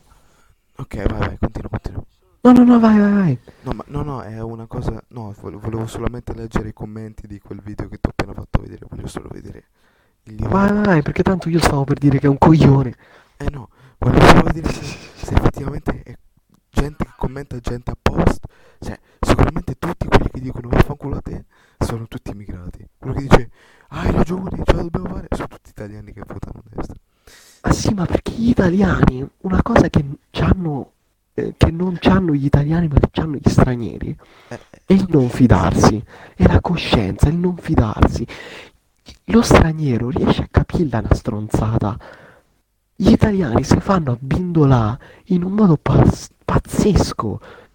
Ok, vai, vai, continua, continua. No, no, no, vai, vai, vai. No, ma no, no, è una cosa. No, vo- volevo solamente leggere i commenti di quel video che ti ho appena fatto vedere. Voglio solo vedere il Vai, livello. vai, perché tanto io stavo per dire che è un coglione. Eh no, volevo solo vedere se, se effettivamente è gente che commenta gente a post. Cioè, sicuramente tutti quelli che dicono vaffanculo a te sono tutti immigrati. Quello che dice hai ragione, ce la dobbiamo fare, sono tutti italiani che votano a destra. Ma sì, ma perché gli italiani, una cosa che c'hanno, eh, che non c'hanno gli italiani ma che c'hanno gli stranieri, Eh, è eh, il non fidarsi, è la coscienza, il non fidarsi. Lo straniero riesce a capirla una stronzata. Gli italiani si fanno abbindolà in un modo paz- pazzesco.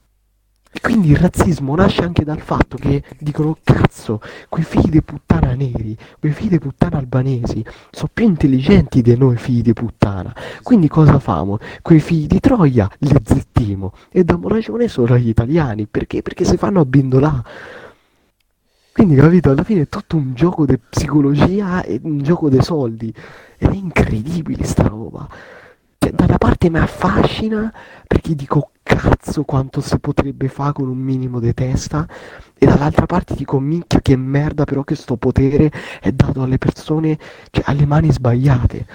E quindi il razzismo nasce anche dal fatto che dicono cazzo, quei figli di puttana neri, quei figli di puttana albanesi, sono più intelligenti di noi figli di puttana. sì, sì. Quindi cosa famo? Quei figli di Troia li zittimo e diamo ragione solo agli italiani. Perché? Perché si fanno abbindolà. Quindi, capito, alla fine è tutto un gioco di psicologia e un gioco dei soldi. Ed è incredibile sta roba. Cioè, da una parte mi affascina perché dico cazzo quanto si potrebbe fare con un minimo di testa e dall'altra parte dico minchia che merda però che sto potere è dato alle persone, cioè alle mani sbagliate.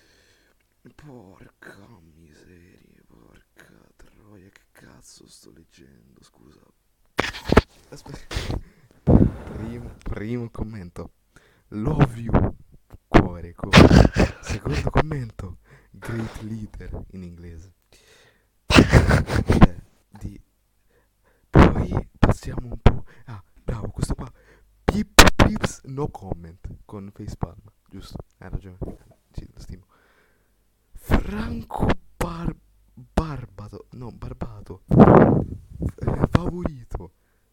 Porca miseria, porca troia, che cazzo sto leggendo, scusa. Aspetta. Primo, primo commento. Love you, cuore, cuore. Secondo commento, great leader in inglese. Cioè, di... Poi passiamo un po'... Ah, bravo, questo qua. Pip pips no comment con facepalm, giusto? Hai ragione. Sì, lo stimo. Franco Bar... Barbato, no, Barbato. Eh, favorito.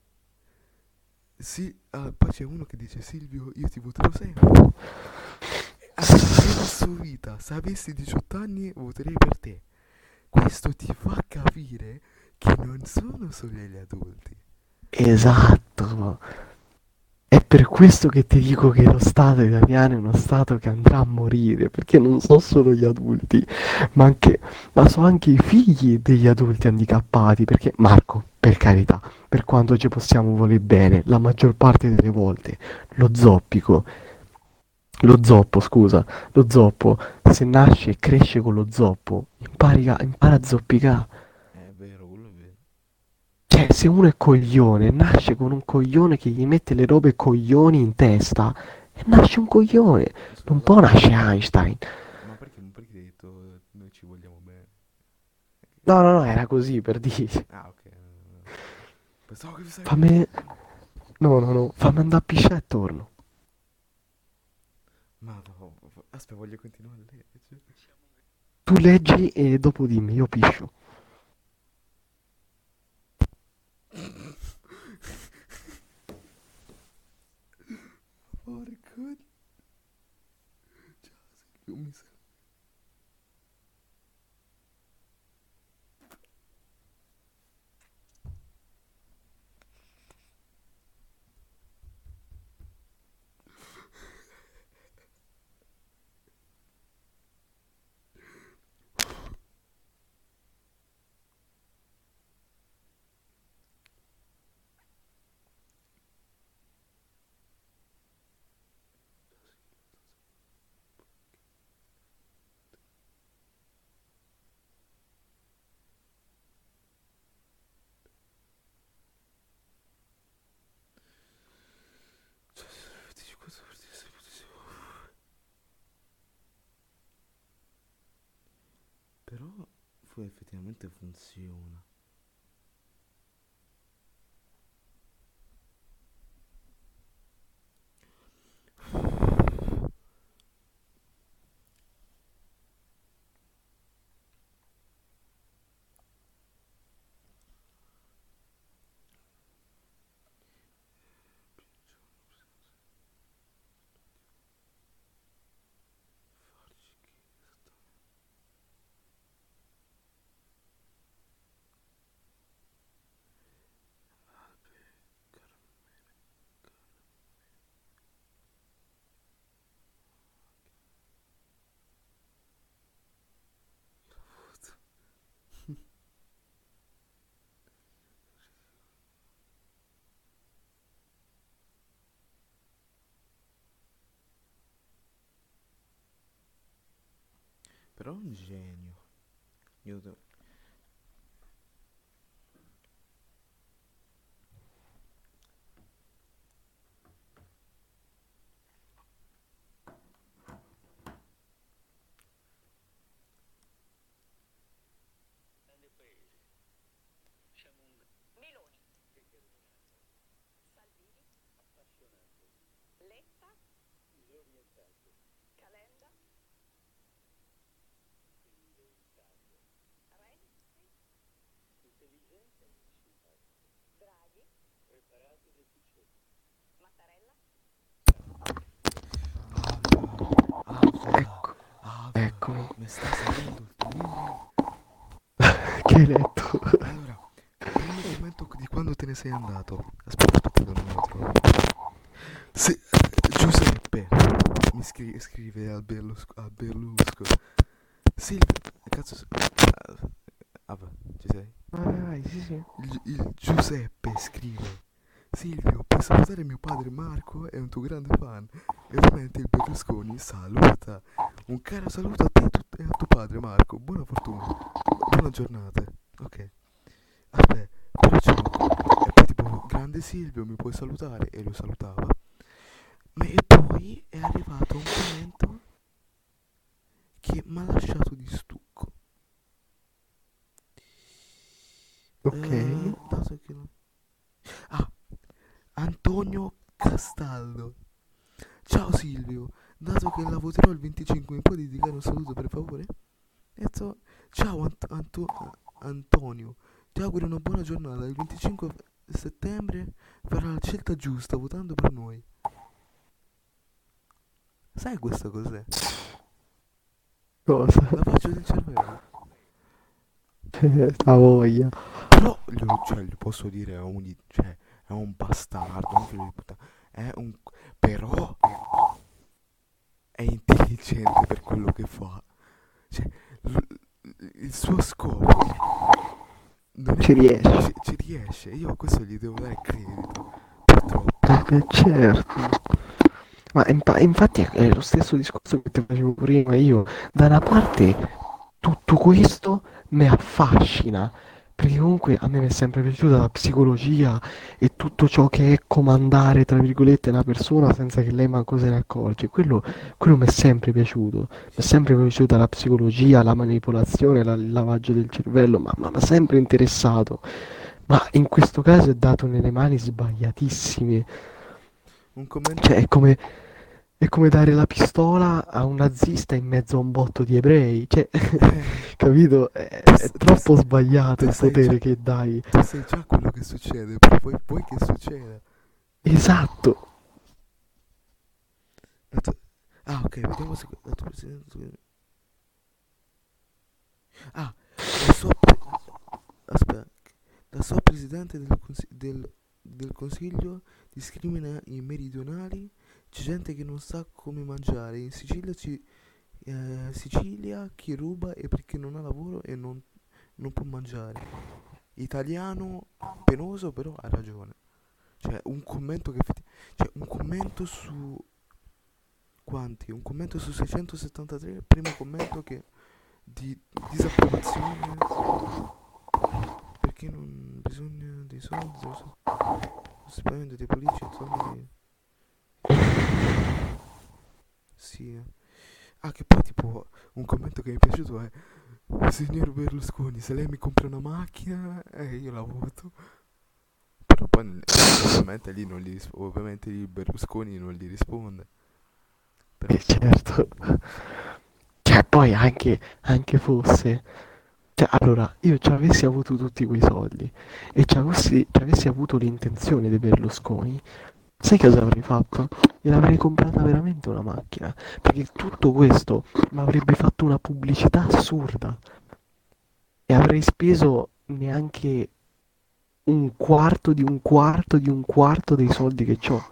Sì, ah, poi c'è uno che dice Silvio, io ti voterò sempre. Mai nella sua vita, se avessi diciotto anni, voterei per te. Questo ti fa capire che non sono solo gli adulti. Esatto. È per questo che ti dico che lo Stato italiano è uno Stato che andrà a morire, perché non sono solo gli adulti, ma anche, ma sono anche i figli degli adulti handicappati, perché Marco, per carità, per quanto ci possiamo voler bene, la maggior parte delle volte lo zoppico, lo zoppo, scusa, lo zoppo, se nasce e cresce con lo zoppo, impari a- impara a zoppicare. È vero, quello è vero. Cioè, se uno è coglione, nasce con un coglione che gli mette le robe coglioni in testa, e nasce un coglione. Non Scusa, può nascere Einstein. ma perché, ma perché hai detto eh, noi ci vogliamo bene? No, no, no, era così per dire. Ah, ok. eh, Pensavo che vi stavi Fammi... mentendo. No, no, no, fammi andare a pisciare e torno. Ma no, aspetta, voglio continuare a leggere. Tu leggi e dopo dimmi, io piscio. Porco. Ciao, Silvio, mi sa. poi effettivamente funziona. Però è un genio. Io do- Grande paese. Siamo un Meloni, determinato, Salvini, appassionato, Letta, disorientato, Calenda, inventato, Renzi, intelligente e simpatico, Draghi, preparato ed efficiente. Mattarella, Ecco, Ah, eccomi. mi sta salendo il tuo. Che hai letto? Allora, primo commento di quando te ne sei andato. Aspetta, aspetta, che non me lo trovo. Se, Giuseppe mi scri- scrive al, Berlusco, al Berlusco. Silvio, cazzo. se- Ah, vabbè, ci sei? Vai, vai, sì, sì. Il, il Giuseppe scrive: Silvio, puoi salutare mio padre Marco? È un tuo grande fan. E ovviamente il Berlusconi saluta. Un caro saluto a te e tu- e a tuo padre Marco. Buona fortuna. Buona giornata. Ok. Aspetta, però c'è un... E poi tipo, grande Silvio, mi puoi salutare? E lo salutava. Ma e poi è arrivato un commento che mi ha lasciato di stucco. Ok. Eh, dato che... non- Ah, Antonio Castaldo. Ciao Silvio, dato che la voterò il venticinque, mi puoi dedicare un saluto per favore? E so- Ciao Ant- Anto- Antonio, ti auguro una buona giornata. Il venticinque settembre farà la scelta giusta votando per noi. Sai questa cos'è? Cosa? Lavaggio del cervello. A voglia. Però, glielo- cioè, gli posso dire, è un, i- cioè, è un bastardo, un figlio di puttana. È un... Però è intelligente per quello che fa. Cioè, l- il suo scopo non è Ci riesce. ci, ci riesce. Io a questo gli devo dare credito. Purtroppo. Eh, certo. Ma infa- infatti è lo stesso discorso che ti facevo prima io. Da una parte tutto questo mi affascina, perché comunque a me mi è sempre piaciuta la psicologia e tutto ciò che è comandare, tra virgolette, una persona senza che lei manco se ne accorge. Quello, quello mi è sempre piaciuto. Mi è sempre piaciuta la psicologia, la manipolazione, la- il lavaggio del cervello, ma ma mi ha sempre interessato. Ma in questo caso è dato nelle mani sbagliatissime. Un commento. Cioè, è come, è come dare la pistola a un nazista in mezzo a un botto di ebrei. Cioè, Eh, capito? È, tu, è s- tu s- troppo sbagliato tu il sai già, potere che dai. tu sai già quello che succede, però poi vuoi che succeda. Esatto. La tua- Ah, ok, vediamo se... La tua presidente... Ah, la sua... pre- Aspetta. La sua presidente del, consi- del, del consiglio discrimina i meridionali. C'è gente che non sa come mangiare. In Sicilia, ci, eh, Sicilia chi ruba è perché non ha lavoro e non, non può mangiare. Italiano penoso, però ha ragione. Cioè, un commento che effetti- cioè, un commento su quanti? Un commento su seicentosettantatré, il primo commento che di disapprovazione perché non bisogna dei soldi, dello so- spavento dei politici, soldi. Sì. Ah, che poi tipo tipo, un commento che mi è piaciuto è: signor Berlusconi, se lei mi compra una macchina, eh, io la voto. Però poi n- ovviamente lì non gli ris- ovviamente lì Berlusconi non gli risponde. Però E certo. Cioè, poi anche, anche fosse... Cioè, allora, io ci avessi avuto tutti quei soldi e ci avessi, ci avessi avuto l'intenzione di Berlusconi, sai cosa avrei fatto? Gliel'avrei comprata veramente una macchina, perché tutto questo mi avrebbe fatto una pubblicità assurda e avrei speso neanche un quarto di un quarto di un quarto dei soldi che ho.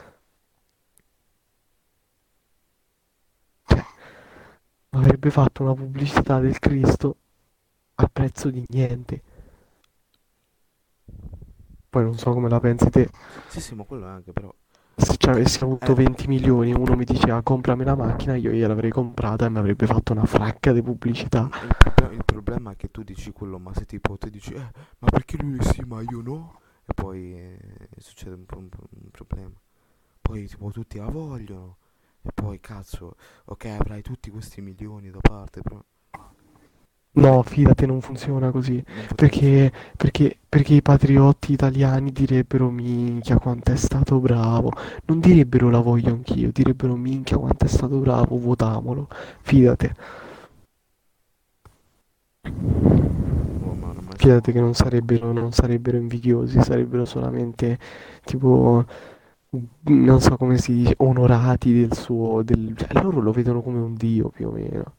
Cioè, mi avrebbe fatto una pubblicità del Cristo al prezzo di niente. Poi non so come la pensi te. sì, sì, ma quello anche, però. Se ci avessi avuto Eh, venti milioni e uno mi diceva comprami la macchina, io gliel'avrei comprata e mi avrebbe fatto una fracca di pubblicità. mm, il, proble- il problema è che tu dici quello, ma se tipo te dici, eh, ma perché lui sì, ma io no? E poi eh, succede un, po' un, po' un problema. Poi tipo tutti la vogliono. E poi cazzo, ok, avrai tutti questi milioni da parte, però No, fidate, non funziona così. non potrebbe Perché, funzionare. perché, perché i patriotti italiani direbbero minchia quanto è stato bravo. Non direbbero la voglio anch'io, direbbero minchia quanto è stato bravo, votamolo. Fidate, Boh, ma non ho mai fidate che sentito. non sarebbero, non sarebbero invidiosi, sarebbero solamente tipo, non so come si dice, onorati del suo, del, cioè loro lo vedono come un dio più o meno.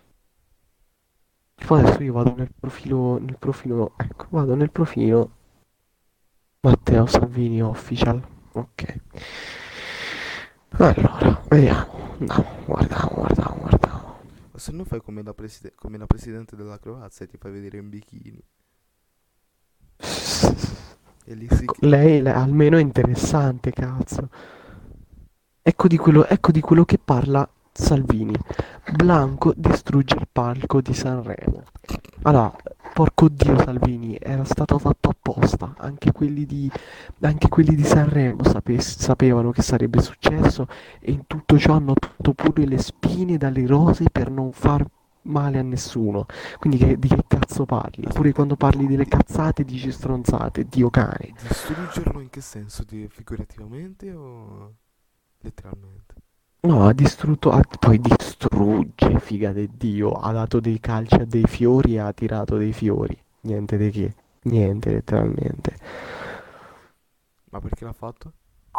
Poi adesso io vado nel profilo, nel profilo, ecco, vado nel profilo Matteo Salvini Official. Ok. Allora, vediamo. No, guardiamo, guardiamo, guardiamo. O se no fai come la, preside- come la presidente della Croazia e ti fai vedere in bikini. E lì sì Ecco, che... lei, lei almeno è interessante, cazzo. Ecco di quello, ecco di quello che parla Salvini. Blanco distrugge il palco di Sanremo. Allora, porco Dio Salvini, era stato fatto apposta. Anche quelli di, anche quelli di Sanremo sape- sapevano che sarebbe successo e in tutto ciò hanno tolto pure le spine dalle rose per non far male a nessuno. Quindi che- di che cazzo parli? Pure Aspetta, quando di, parli delle di- cazzate dici stronzate, Dio cane. distruggerlo in che senso? Di- figurativamente o letteralmente? No, ha distrutto, ha- poi distrugge, figa di Dio, ha dato dei calci a dei fiori e ha tirato dei fiori. Niente di che, niente letteralmente. Ma perché l'ha fatto?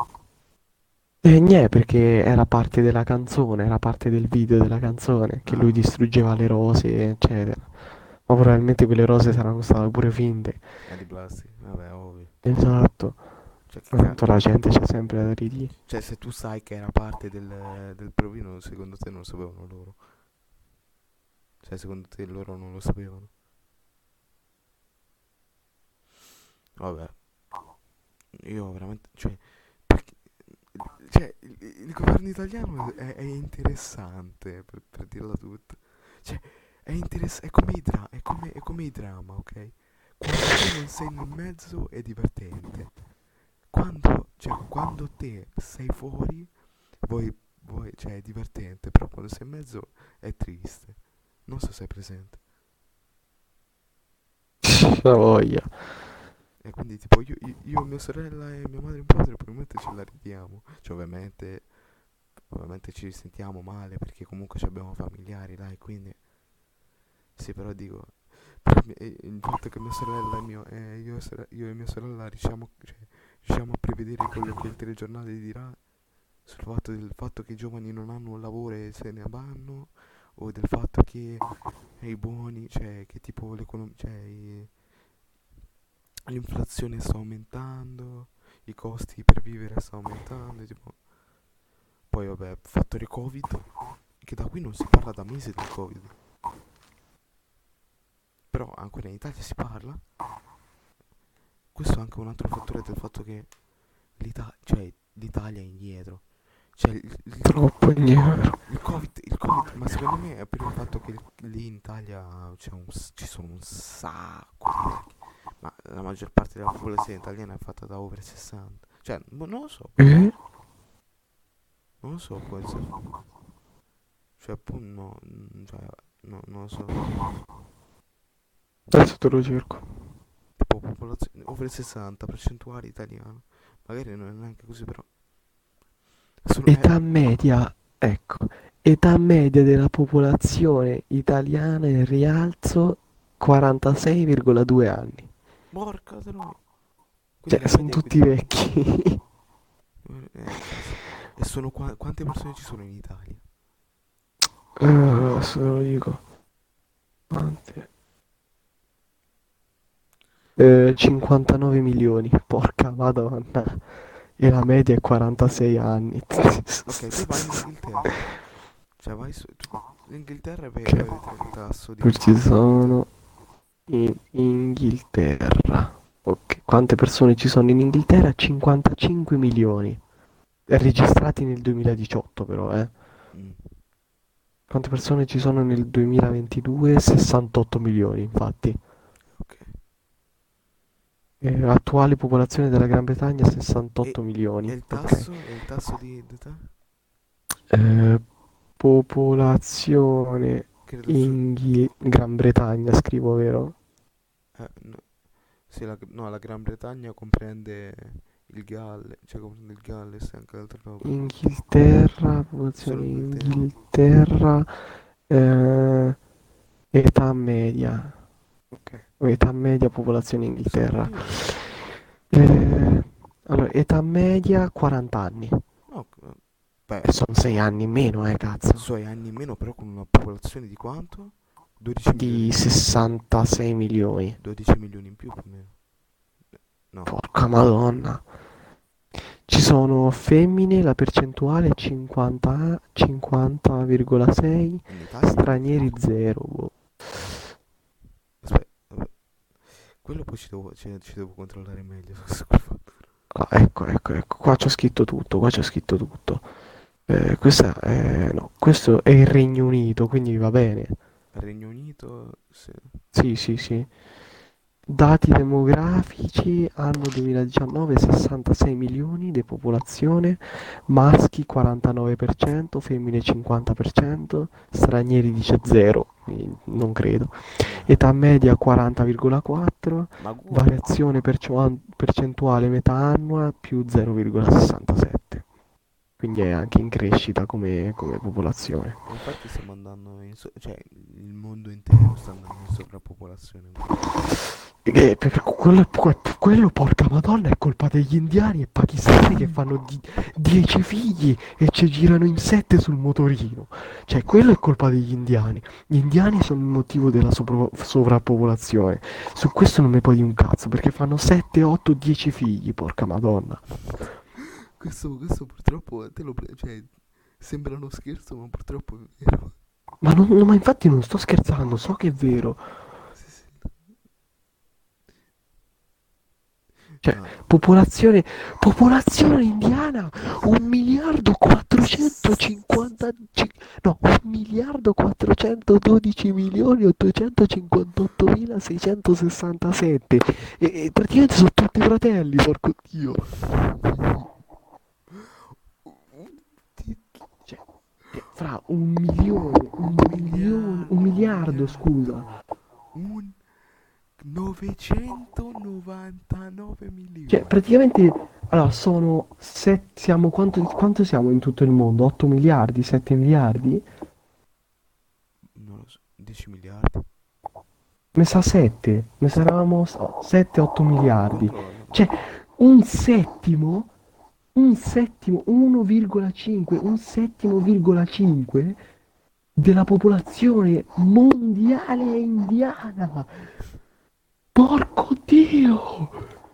E niente, perché era parte della canzone, era parte del video della canzone, che lui Ah, distruggeva le rose, eccetera. Ma probabilmente quelle rose saranno state pure finte. è di plastica, vabbè, ovvio. Esatto. Cioè, che Ma ca- tanto la gente c'è sempre da ridire. cioè, se tu sai che era parte del, del provino, secondo te non lo sapevano loro? Cioè, secondo te loro non lo sapevano? Vabbè, io veramente, cioè, perché, cioè, il, il governo italiano è, è interessante, per, per dirla tutta. Cioè, è interessante, è come i dra- è come, è come i drama, ok? Quando te non sei nel mezzo è divertente. Quando, cioè, quando te sei fuori, vuoi, vuoi, cioè, è divertente, però quando sei in mezzo è triste. Non so se è presente. La voglia. E quindi tipo io, io, io, mia sorella e mia madre e mio padre probabilmente ce la ridiamo. Cioè ovviamente, ovviamente ci sentiamo male perché comunque ci abbiamo familiari là e quindi... Sì, però dico... per me- eh, il fatto che mia sorella e, mio, eh, io, e sore- io e mia sorella riusciamo, cioè, riusciamo a prevedere quello che il telegiornale dirà sul fatto del fatto che i giovani non hanno un lavoro e se ne vanno, o del fatto che i buoni, cioè che tipo l'economia, cioè i- l'inflazione sta aumentando, i costi per vivere sta aumentando, tipo. Poi vabbè, fattore Covid, che da qui non si parla da mesi del Covid, però ancora in Italia si parla. Questo è anche un altro fattore del fatto che l'Ita- cioè, l'Italia è indietro. Cioè il, il, Troppo indietro. il Covid, il Covid, ma secondo me è per il fatto che lì in Italia c'è un s- ci sono un sacco di vecchi. Ma la maggior parte della popolazione italiana è fatta da over sessanta. Cioè, boh, non lo so, Eh? non lo so questo. Cioè, appunto, no, mm, cioè, no, non lo so. Adesso te lo cerco. Tipo, popolazione, over sessanta, percentuale italiano. Magari non è neanche così, però. Sono, eh, Età media, ecco, età media della popolazione italiana in rialzo quarantasei virgola due anni. porca troia. Quindi Cioè, la sono media è tutti così. vecchi. Eh, cazzo. E sono qua- quante persone ci sono in Italia? Eh, adesso te lo dico. Quante? Eh, cinquantanove milioni, porca madonna. E la media è quarantasei anni. Ok, te vai in Inghilterra. Cioè, vai su... tu- L'Inghilterra vedi, Che vedi il tasso di qui ci popolazione. sono in Inghilterra. Ok, quante persone ci sono in Inghilterra? cinquantacinque milioni. Registrati nel duemiladiciotto però, eh. Mm, Quante persone ci sono nel duemilaventidue? sessantotto milioni, infatti. ok. Eh, attuale popolazione della Gran Bretagna E, sessantotto e milioni. il Ok. tasso? E il tasso di di età? Eh, popolazione Credo su... in Ghi- Gran Bretagna, scrivo, vero? eh, no, sì, la, no, la Gran Bretagna comprende il Galles, cioè comprende il Galles e anche altre robe. Inghilterra, Solo popolazione Inghilterra. Inghilterra, eh, età media. Ok. Età media, popolazione Sono Inghilterra. tutti vecchi. Eh, allora, età media quaranta anni. No, eh, beh, E sono sei anni in meno, eh, cazzo. so hai anni in meno, però con una popolazione di quanto? dodici milioni Di in più. sessantasei milioni. dodici milioni in più più o meno. No, Porca madonna. Ci sono femmine, la percentuale è cinquanta, cinquanta virgola sei, in Italia o in stranieri Inghilterra? zero. Boh. Aspetta, vabbè. Quello poi ci devo, ci, ci devo controllare meglio su quel fatto. Ah, ecco, ecco, ecco, qua c'ho scritto tutto, qua c'ho scritto tutto. Eh, questa è, no, questo è il Regno Unito, quindi va bene. Regno Unito, sì. Sì, sì, sì. Dati demografici, anno duemiladiciannove, sessantasei milioni di popolazione, maschi quarantanove per cento, femmine cinquanta per cento, stranieri dice zero, quindi non credo. No. Età media quaranta virgola quattro, Ma uguale. variazione percio- percentuale metà annua più zero virgola sessantasette. Quindi è anche in crescita come, come popolazione. E infatti stiamo andando in... so- cioè, il mondo intero sta andando in sovrappopolazione. Eh, per- quello, que- quello, porca madonna, è colpa degli indiani e pakistani che fanno di- dieci figli e ci girano in sette sul motorino. Cioè, quello è colpa degli indiani. Gli indiani sono il motivo della sopra- sovrappopolazione. Su questo non mi puoi di un cazzo, perché fanno sette, otto, dieci figli, porca madonna. Questo, questo purtroppo te lo pre- cioè, sembra uno scherzo, ma purtroppo è vero. Ma, non- no, ma infatti non sto scherzando, so che è vero. Sì, sì. Cioè, No. popolazione, popolazione indiana, un miliardo quattrocentocinquanta, no, un miliardo quattrocentododici milioni ottocentocinquantottomilaseicentosessantasette. E, e praticamente sono tutti fratelli, porco Dio. Cioè, eh, fra un milione, un milione, un miliardo, scusa. Un novecentonovantanove Cioè, milioni. praticamente, allora, sono, set- siamo, quanto, quanto siamo in tutto il mondo? otto miliardi, sette miliardi? Non lo so, dieci miliardi. Mi sa sette, mi sa eravamo sette otto miliardi. Controlla. Cioè, un settimo, un settimo, uno virgola cinque, un settimo virgola cinque della popolazione mondiale indiana. Porco Dio!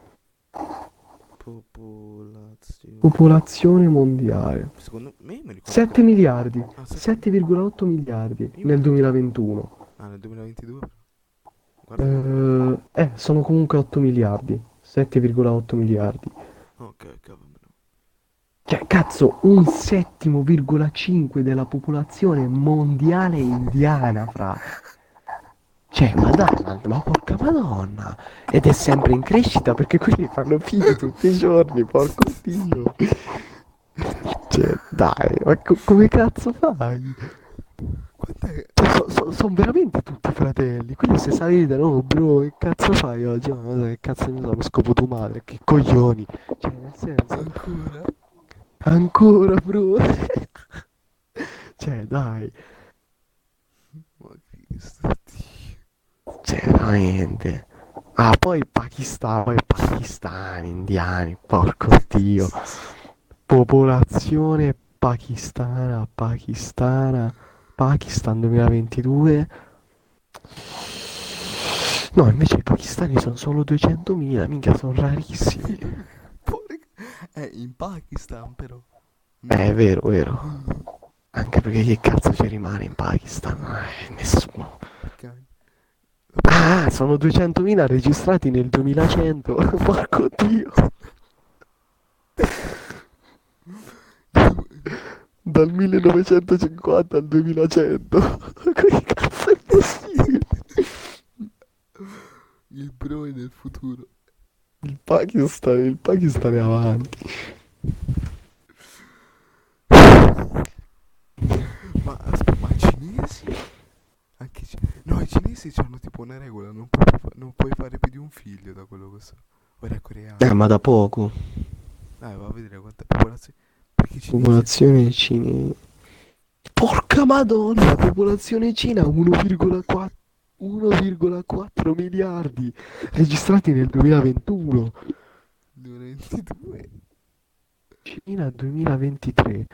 Popolazione. Popolazione mondiale. Secondo me, io mi ricordo sette che... miliardi, Ah, sette... sette virgola otto miliardi Io nel mi ricordo... duemilaventuno. Ah, nel duemilaventidue? Guarda qua. Eh, eh, sono comunque otto miliardi, sette virgola otto miliardi. Ok, ok, va bene. Cioè, cazzo, un settimo virgola cinque della popolazione mondiale indiana, fra. Cioè, madonna, ma porca madonna. Ed è sempre in crescita perché quelli fanno figli tutti i giorni, porco Dio. Cioè, dai, ma co- come cazzo fai? Quant'è? Sono veramente tutti fratelli. Quindi se salite, no, bro, che cazzo fai oggi? Ma guarda che cazzo ne so, mi scopo tua madre, che coglioni. Cioè, nel senso, Ancora? ancora, bro. Cioè, dai. Ma Cristo Dio. Cioè, veramente. Ah, poi Pakistan, poi pakistani, indiani, porco dio. Popolazione pakistana, pakistana, Pakistan duemilaventidue. No, invece i pakistani sono solo duecentomila, minchia, sono rarissimi. Porca- È in Pakistan però. Eh, è No. vero, vero. Anche perché che cazzo ci rimane in Pakistan? Eh, nessuno. Porca- Ah, sono duecentomila registrati nel duemilacento. Porco dio. Dal millenovecentocinquanta al duemilacento. Che cazzo è possibile? Il bro è nel futuro. Il Pakistan, il Pakistan è avanti. Ma aspetta, ma i cinesi? Anche i ci- No, i cinesi hanno tipo una regola, non puoi, fa- non puoi fare più di un figlio da quello che so. Ora è coreano. Eh, ma da poco. Dai, va a vedere quanta popolazione. Perché i cinesi... Popolazione cinese. Porca madonna, la popolazione cina uno virgola quattro uno virgola quattro miliardi registrati nel duemilaventuno. duemilaventidue. Cina duemilaventitré.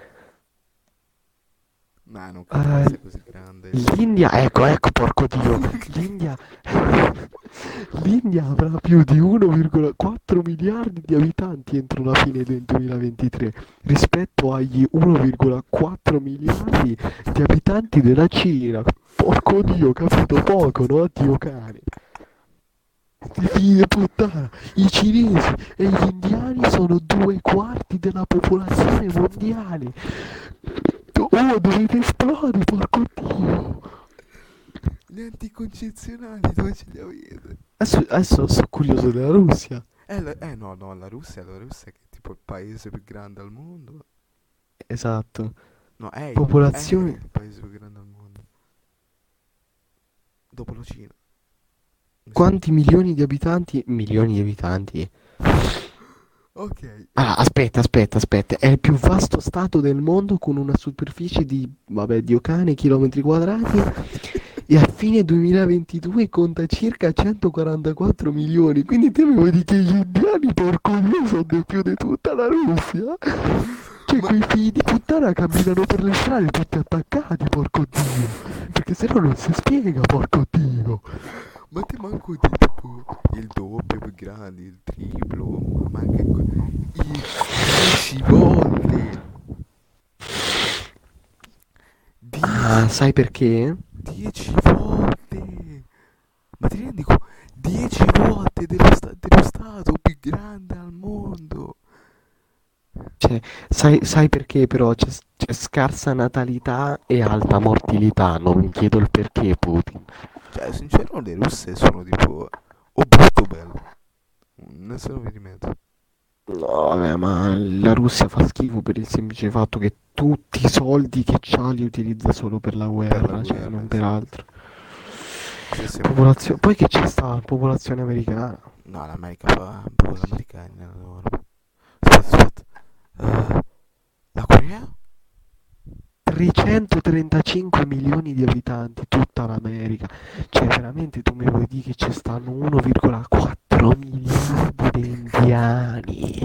No, non credo Eh, che sia così grande. L'India, ecco, ecco, porco dio, l'India, l'India avrà più di uno virgola quattro miliardi di abitanti entro la fine del duemilaventitré rispetto agli uno virgola quattro miliardi di abitanti della Cina. Porco dio, capito poco, no? Dio cane. Di figli di puttana, i cinesi e gli indiani sono due quarti della popolazione mondiale. Oh, dovete esplodere, porco dio. Gli anticoncezionali dove ce li avete? Adesso, adesso sono curioso della Russia. Eh, la- eh, no, no, la Russia, la Russia che è tipo il paese più grande al mondo. Esatto. No, è il, è Popolazione. il paese più grande al mondo. Dopo la Cina. Mi sa. Quanti milioni di abitanti? Milioni di abitanti. Ok. Ah, aspetta, aspetta, aspetta. È il più vasto stato del mondo con una superficie di, vabbè, Dio cane, chilometri quadrati. E a fine duemilaventidue conta circa centoquarantaquattro milioni. Quindi te mi vuoi dire che gli indiani, porco dio, sono di più di tutta la Russia? Cioè, Ma- quei figli di puttana camminano per le strade tutti attaccati, porco dio. Perché se no non si spiega, porco dio. Ma te manco di tipo il doppio più grande, il triplo, ma anche que- i dieci volte. Ah, Dieci, sai perché? dieci volte. Ma ti rendi conto? Dieci volte dello, sta- dello stato più grande al mondo. Cioè, sai, sai perché però c'è c'è scarsa natalità e alta mortilità, non mi chiedo il perché, Putin. Cioè, sincero, le russe sono tipo o brutto o bello. Nessuno vi rimetto. No, vabbè, ma la Russia fa schifo per il semplice fatto che tutti i soldi che c'ha li utilizza solo per la guerra, cioè guerra, non sì. per altro. Sì, sì. Popolazio- Poi che c'è sta popolazione americana? No, l'America fa boh, gli americani nella loro. Aspetta, aspetta. Eh, la Corea? trecentotrentacinque milioni di abitanti, tutta l'America. Cioè, veramente tu mi vuoi dire che ci stanno uno virgola quattro miliardi di indiani?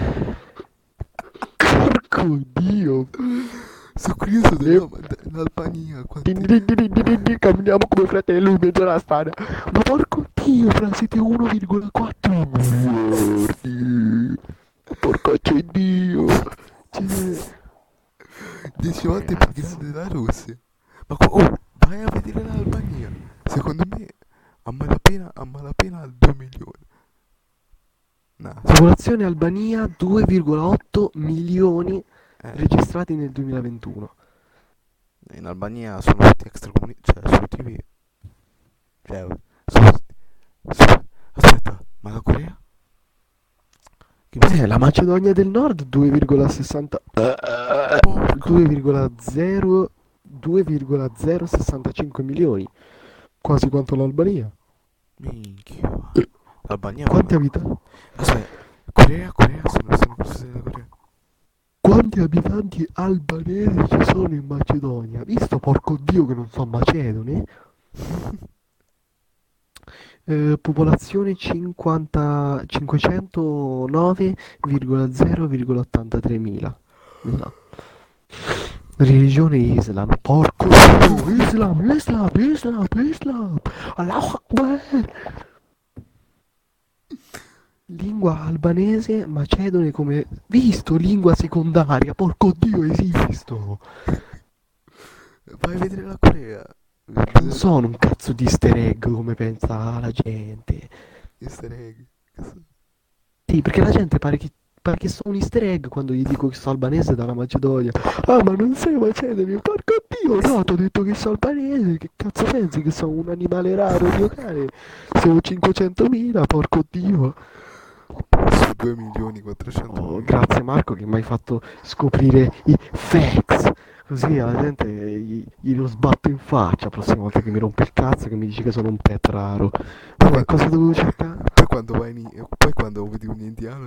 Porco dio! Sono curioso Eh. della- dell'Albania. Quanti... Camminiamo come fratelli in mezzo alla strada. Ma porco dio, fra siete uno virgola quattro miliardi. Porco dio. Cioè, dieci volte più grande della Russia. Ma qua- oh, vai a vedere l'Albania. Secondo me a malapena, a malapena due milioni. No, sì. popolazione Albania due virgola otto milioni Eh, registrati nel duemilaventuno. in Albania sono tutti extracomunisti. Cioè, sono tipi. Cioè, sono tutti- sono- aspetta, ma la Corea? Che mi Eh, la Macedonia del Nord due virgola sessanta Porco. due virgola zero due virgola zero sessantacinque milioni, quasi quanto l'Albania. Minchia. Eh, L'Albania Quanti come? abitanti? Aspetta, Corea, Corea, sono, sono preso della Corea. Quanti abitanti albanesi ci sono in Macedonia? Visto porco Dio che non sono macedoni? Eh, popolazione cinquanta, cinquecentonove virgola zero virgola ottantatré mila. No. Religione Islam. Porco Dio, Islam, Islam, Islam, Islam. Allahu Akbar. Lingua albanese, macedone come... Visto, lingua secondaria, porco Dio, esisto. Vai a vedere la Corea. Non sono un cazzo di easter egg come pensa la gente. Easter egg. Cazzo. Sì, perché la gente pare che, pare che sono un easter egg quando gli dico che sono albanese dalla Macedonia. Ah, ma non sei macedone, porco Dio, no, ti ho detto che sono albanese, che cazzo pensi che sono un animale raro, mio cane? Siamo cinquecentomila, porco Dio. Su due milioni quattrocento Oh, mila. grazie Marco che mi hai fatto scoprire i facts. Così alla gente gli, glielo sbatto in faccia la prossima volta che mi rompe il cazzo che mi dici che sono un pet raro. Vabbè, cosa dovevo cercare? Poi quando vai in, poi quando vedi un indiano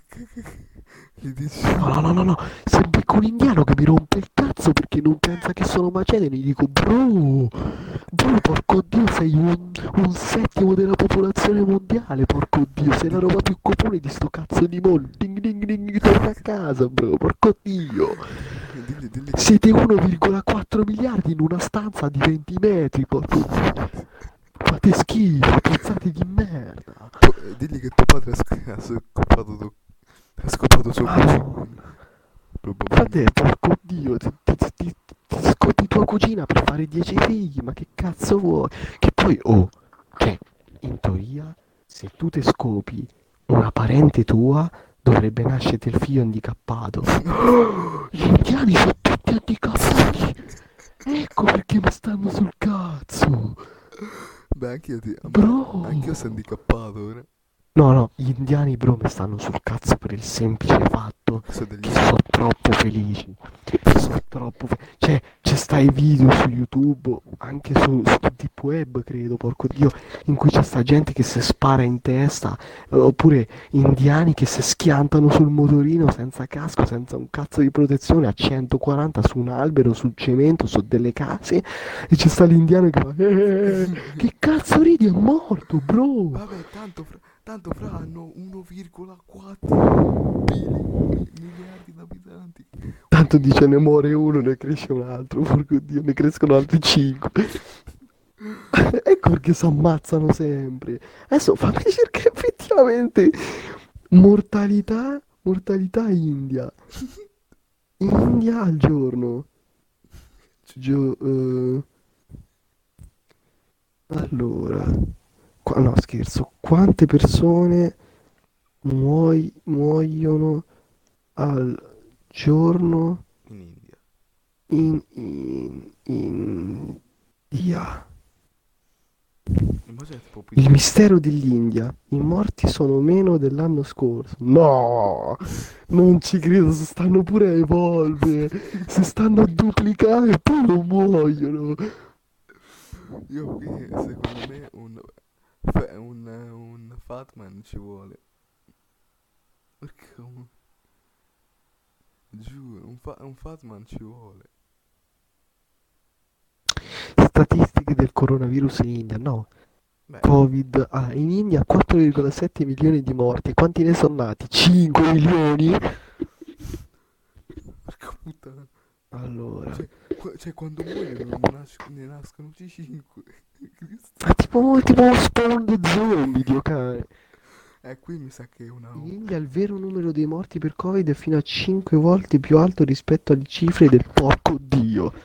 gli dici No, no, no, no, no. Se becco un indiano che mi rompe il cazzo perché non pensa che sono macedone, gli dico, bro, bro, porco Dio, sei un, un settimo della popolazione mondiale, porco Dio, sei la roba più comune di sto cazzo di mondo. Ding ding ding, torna a casa, bro, porco Dio. digli, digli che, Siete uno virgola quattro miliardi in una stanza di venti metri, porco Dio. Fate schifo, puzzate di merda. tu- eh, digli che tuo padre ha, sc- ha scopato tu- ha scopato suo cugino Madonna. probabilmente. Frate, porco Dio, ti, ti, ti, ti scopi tua cugina per fare dieci figli, ma che cazzo vuoi? Che poi, oh, cioè, in teoria, se tu te scopi una parente tua, dovrebbe nascere il figlio handicappato. Gli indiani sono tutti handicappati. Ecco perché mi stanno sul cazzo. Beh, anch'io ti, a me- Bro. anch'io sono handicappato ora. No, no, gli indiani, bro, mi stanno sul cazzo per il semplice fatto Sono degli che sono troppo felici. Sono troppo fe- Cioè, c'è stai video su YouTube, anche su, su Deep Web, credo, porco Dio, in cui c'è sta gente che si spara in testa, eh, oppure indiani che si schiantano sul motorino senza casco, senza un cazzo di protezione, a centoquaranta su un albero, sul cemento, su delle case, e c'è sta l'indiano che fa, eh, che cazzo ridi, è morto, bro! Vabbè, tanto fra, tanto fra hanno uno virgola quattro bili- miliardi di abitanti. Tanto dice ne muore uno, ne cresce un altro, porco Dio, ne crescono altri cinque. Ecco perché si ammazzano sempre. Adesso fammi cercare effettivamente mortalità, mortalità India. India al giorno. Gio- eh, allora, qua- no scherzo, quante persone muoi- muoiono al giorno In India. in, in India? Immagina tipo Il qui. mistero dell'India. I morti sono meno dell'anno scorso. No, non ci credo, si stanno pure a evolvere, si stanno a duplicare e poi non muoiono. Io qui, secondo me, un, fa- un, un Fatman ci vuole. Perché un- giuro, un, fa- un Fatman ci vuole. Statistiche del coronavirus in India, no. Beh, Covid, ah, in India quattro virgola sette milioni di morti. Quanti ne sono nati? cinque milioni? porca puttana. Allora, Cioè, qua- cioè, quando muoiono ne, nas- ne nascono cinque. ma tipo, tipo uno spawn di zombie, Dio cane. Eh, qui mi sa che è una... In India il vero numero dei morti per Covid è fino a cinque volte più alto rispetto alle cifre del porco Dio.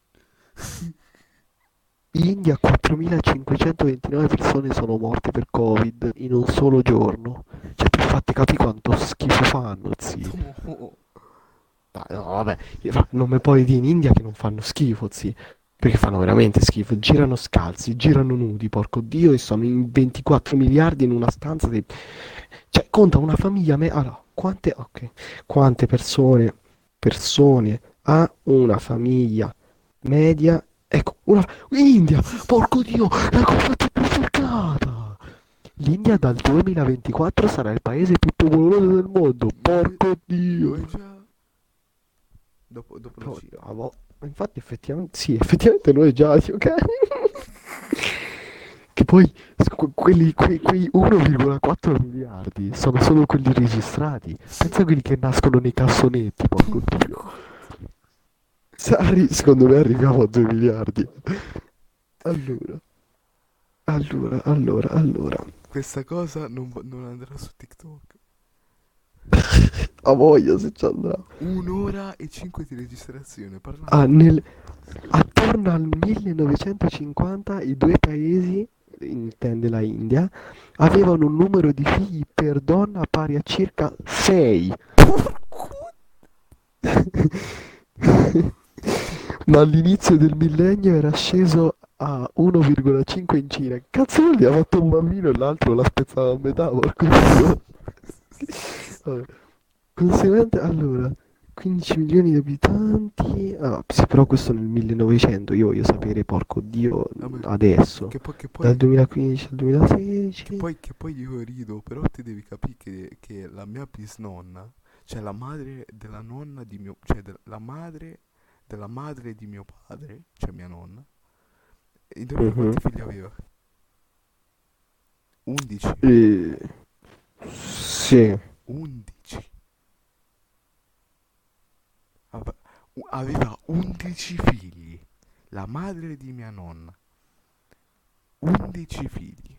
In India quattromilacinquecentoventinove persone sono morte per Covid in un solo giorno. Cioè, per fatti capire quanto schifo fanno, zio. No. Dai, no, vabbè, fa- non mi puoi dire in India che non fanno schifo, zio. Perché fanno veramente schifo. Girano scalzi, girano nudi, porco Dio, e sono in ventiquattro miliardi in una stanza di... Cioè, conta una famiglia... Me... Allora, quante... Ok. Quante persone... Persone ha una famiglia media, ecco, una... India, porco Dio, la cosa più bifurcata! L'India dal duemilaventiquattro sarà il paese più popoloso del mondo, Ma è, porco ma è Dio! già... Dopo, dopo lo Però, cito. a vo- infatti effettivamente, sì, effettivamente noi già, ok? Che poi s- que- quelli, quei, quei uno virgola quattro miliardi sono solo quelli registrati. Pensa a quelli che nascono nei cassonetti, porco Dio. Se arri- secondo me arriviamo a due miliardi. Allora, allora, allora, allora. Questa cosa non, va- non andrà su TikTok. A voglia se ci andrà. Un'ora e cinque di registrazione, Ah, parlando. nel- attorno al millenovecentocinquanta i due paesi, intende la India, avevano un numero di figli per donna pari a circa sei. Ma all'inizio del millennio era sceso a uno virgola cinque in Cina. Cazzo vuol dire? Ha fatto un bambino e l'altro l'ha spezzato a metà, porco Dio. Vabbè. Conseguente, allora, quindici milioni di abitanti. Ah, sì, però questo nel millenovecento, io voglio sapere, porco Dio, Vabbè, adesso. che poi, che Dal poi, duemilaquindici al che duemilasedici. poi, che poi io rido, però ti devi capire che, che la mia bisnonna, cioè la madre della nonna di mio, cioè de- la madre della madre di mio padre, cioè mia nonna, indovina Mhm. quanti figli aveva? undici. E... Sì. undici. Ave- u- Aveva undici figli. La madre di mia nonna. undici figli.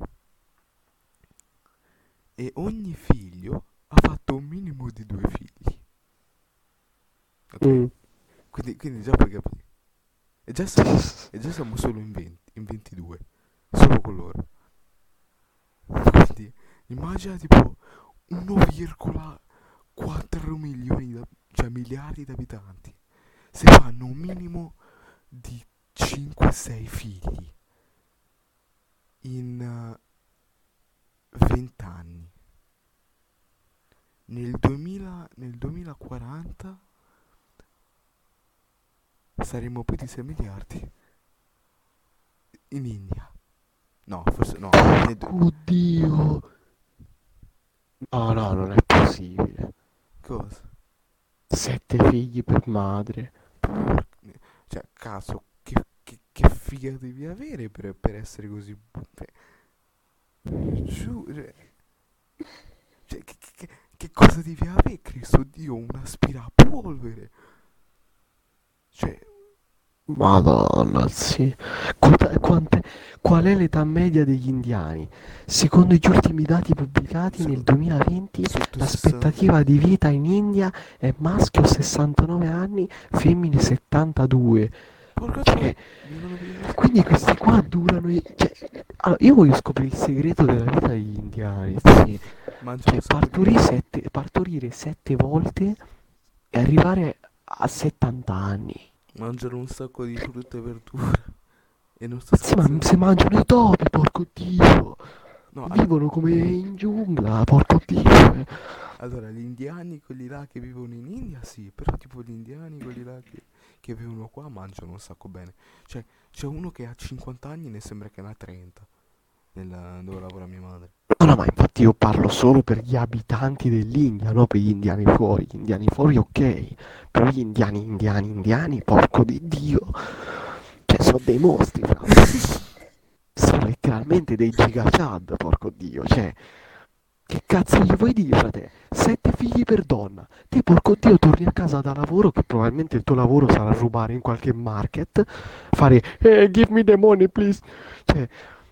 E ogni figlio ha fatto un minimo di due figli. Ok? Mm. Quindi, quindi già puoi capire. E già siamo, e già siamo solo in venti, in ventidue. Solo con loro. Quindi immagina tipo uno virgola quattro milioni, da- cioè miliardi di abitanti. Se fanno un minimo di cinque sei figli in eh, venti anni. Nel duemila, nel duemilaquaranta saremo più di sei miliardi in India. No, forse no. nel du- Porco Dio. No, no, non è possibile. cosa? Sette figli per madre. Porca- Cioè, cazzo, che, che, che figa devi avere per, per essere così... bu- cioè, giù, cioè, cioè, che, che- che- che cosa devi avere, Cristo Dio? Un aspirapolvere. Cioè, Madonna, sì. Quanta- quante- qual è l'età media degli indiani? Secondo gli ultimi dati pubblicati nel seco- duemilaventi, sotto i sessanta. l'aspettativa di vita in India è maschio sessantanove anni, femmine settantadue. Porca Cioè, troia, non avevo... quindi questi qua durano... i- Cioè, allora, io voglio scoprire il segreto della vita degli indiani, sì. Mangiano Cioè, un sacco di... partorire sette, partorire sette volte e arrivare a settanta anni. Mangiano un sacco di frutta e verdura. E non sto Sì, ma scherzando. se mangiano i topi, porco Dio! No, all- Vivono come in giungla, porco Dio! allora, gli indiani, quelli là che vivono in India, sì. Però tipo gli indiani, quelli là che, che vivono qua, mangiano un sacco bene. Cioè, c'è uno che ha cinquanta anni e ne sembra che ne ha trenta. Nella, dove lavora mia madre. No, no, ma infatti io parlo solo per gli abitanti dell'India, no per gli indiani fuori. Gli indiani fuori, ok. Però gli indiani, indiani, indiani, porco di Dio! Cioè, sono dei mostri, fra. Sono letteralmente dei giga Chad, porco Dio, cioè, che cazzo gli vuoi dire, frate? Sette figli per donna. Te, porco Dio, torni a casa da lavoro, che probabilmente il tuo lavoro sarà rubare in qualche market, fare, eh, give me the money, please. Cioè,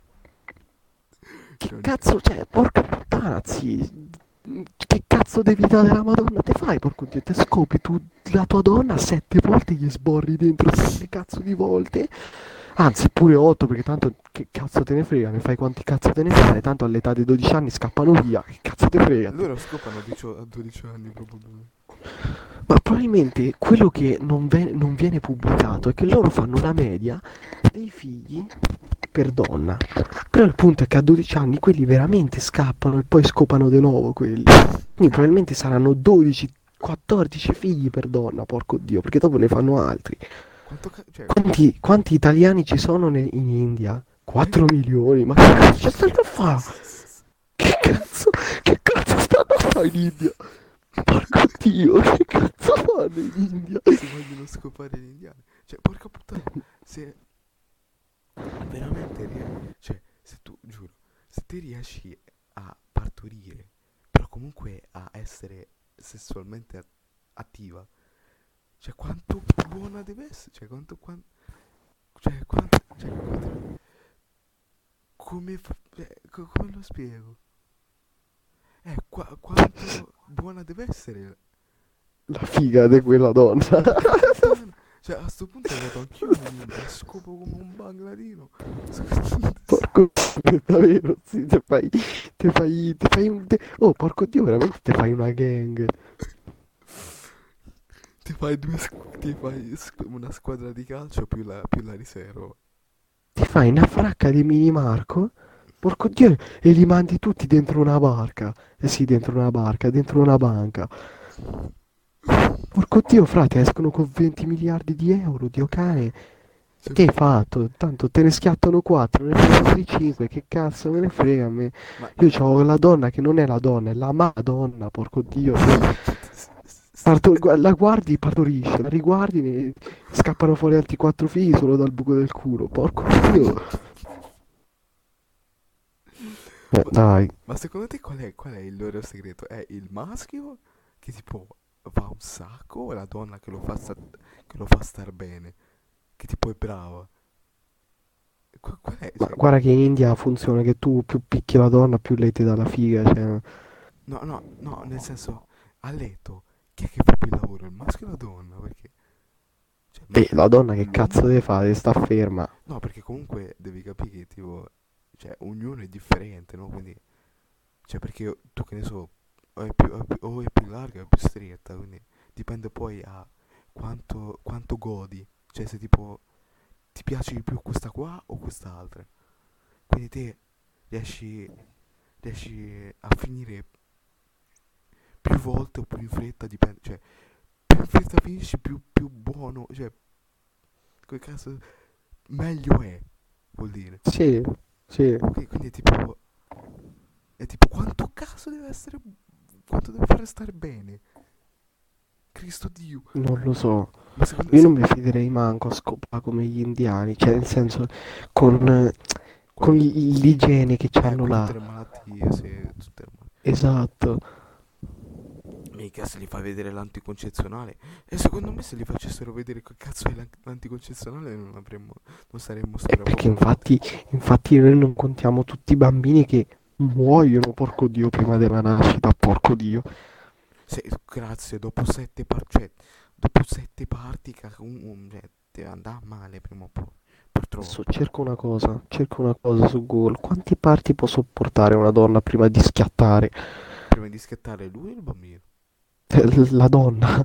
che Cioè, cazzo, cioè, porca puttana, zi. Che cazzo di vita della Madonna te fai, porco Dio? Te scopi tu la tua donna sette volte gli sborri dentro sette cazzo di volte. Anzi, pure otto, perché tanto che cazzo te ne frega, ne fai quanti cazzo te ne fai, tanto all'età dei dodici anni scappano via, che cazzo te frega. loro scopano a dicio- a dodici anni probabilmente. Ma probabilmente quello che non, ve- non viene pubblicato è che loro fanno una media dei figli per donna. Però il punto è che a dodici anni quelli veramente scappano e poi scopano di nuovo quelli. Quindi probabilmente saranno dodici quattordici figli per donna, porco Dio, perché dopo ne fanno altri. Quanto ca- cioè, Quanti, quanti italiani ci sono ne- in India? eh? quattro milioni, ma che cazzo stanno a fare? Che cazzo, che cazzo stanno a fare in India? Porco Dio, che cazzo fanno in India? Si vogliono scopare gli indiani. Cioè, porca puttana, se veramente, rie- cioè, se tu, giuro, se ti riesci a partorire, però comunque a essere sessualmente a- attiva, cioè, quanto buona deve essere? Cioè, quanto, quan- cioè, quanto, cioè, quanto- come, fa- cioè, co- come lo spiego? Eh, qua- quanto buona deve essere? La figa di quella donna. Porca puttana. Cioè, a sto punto vado anch'io in India, scopo come un bangladino. Porco Dio, davvero, sì, te fai, te fai, te fai un... te- Oh, porco Dio, veramente te fai una gang. Ti fai due squ- ti fai squ- una squadra di calcio più la, più la riserva. Ti fai una fracca di mini Marco, porco Dio, e li mandi tutti dentro una barca. Eh sì, dentro una barca, dentro una banca. Porco Dio, frate, escono con venti miliardi di euro, Dio cane. Cioè, Che hai fatto? Tanto te ne schiattano quattro, ne fanno altri cinque, che cazzo me ne frega a me. ma... Io c'ho la donna che non è la donna, è la Madonna, porco Dio. Cioè, parto- gu- la guardi, partorisce, la riguardi, ne scappano fuori altri quattro figli solo dal buco del culo, porco Dio. Eh, Ma, dai, ma secondo te qual è, qual è il loro segreto? È il maschio che tipo va un sacco o la donna che lo fa, sta- che lo fa star bene? Che tipo è brava? Qu- qual è? ma Cioè, guarda che in India funziona che tu più picchi la donna, più lei ti dà la figa, cioè... no, no, no, nel senso, a letto, chi è che fa più il lavoro? Il maschio o la donna? Perché, cioè, E l'u- la donna che cazzo l'uomo... deve fare? Deve sta ferma. No, perché comunque devi capire che tipo, cioè, ognuno è differente, no? Quindi, cioè, perché tu che ne so, o è più, o è più- o è più larga o è più stretta, quindi dipende poi a quanto, quanto godi. Cioè, se tipo ti piace di più questa qua o quest'altra. Quindi te riesci, riesci a finire più volte o più in fretta, dipende, cioè, più in fretta finisci, più, più buono, cioè, quel caso, meglio è, vuol dire. Sì, sì, Quindi, quindi è tipo, è tipo, quanto cazzo deve essere, quanto deve fare stare bene? Cristo Dio. non lo so. Ma secondo, Io non se, mi fiderei manco a scopare come gli indiani, cioè nel senso con, eh, con quali, l- l'igiene che eh, c'hanno con tutte là. le malattie, se, tutte le malattie. Esatto. Mica se li fa vedere l'anticoncezionale. E secondo me se li facessero vedere che cazzo è l'an- l'anticoncezionale non avremmo, non saremmo E perché strafortunati. infatti, infatti noi non contiamo tutti i bambini che muoiono, porco Dio, prima della nascita, porco Dio. Se, grazie, dopo sette parti, cioè, dopo sette parti, ca- un, un- cioè, ti andrà male prima o poi, Adesso purtroppo. cerco una cosa, cerco una cosa su Google. Quanti parti può sopportare una donna prima di schiattare? Prima di scattare lui o il bambino? Eh, La donna.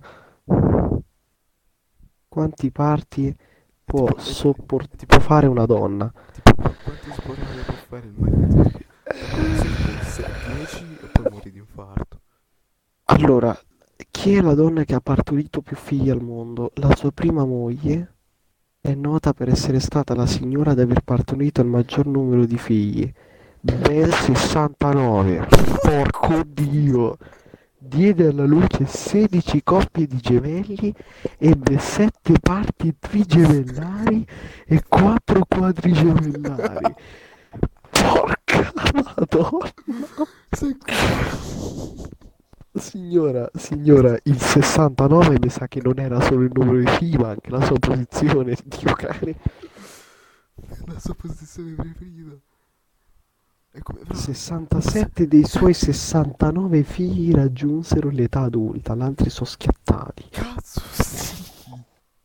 Quanti parti È può tipo, è, ti- soppor- è tipo, può fare una donna? tipo qua- quanti sborrate può fare il marito? Quanti sono tipo dieci e poi muori di infarto. Allora, chi è la donna che ha partorito più figli al mondo? La sua prima moglie è nota per essere stata la signora ad aver partorito il maggior numero di figli, ben sessantanove. Porco Dio! Diede alla luce sedici coppie di gemelli, ebbe sette parti trigemellari e quattro quadrigemellari. Porca Madonna! Sai cosa? Signora, signora, il sessantanove mi sa che non era solo il numero di figli, ma anche la sua posizione, Dio cane. La sua posizione preferita. È come, però, se- sessantasette dei suoi sessantanove figli raggiunsero l'età adulta, gli altri sono schiattati. cazzo sì.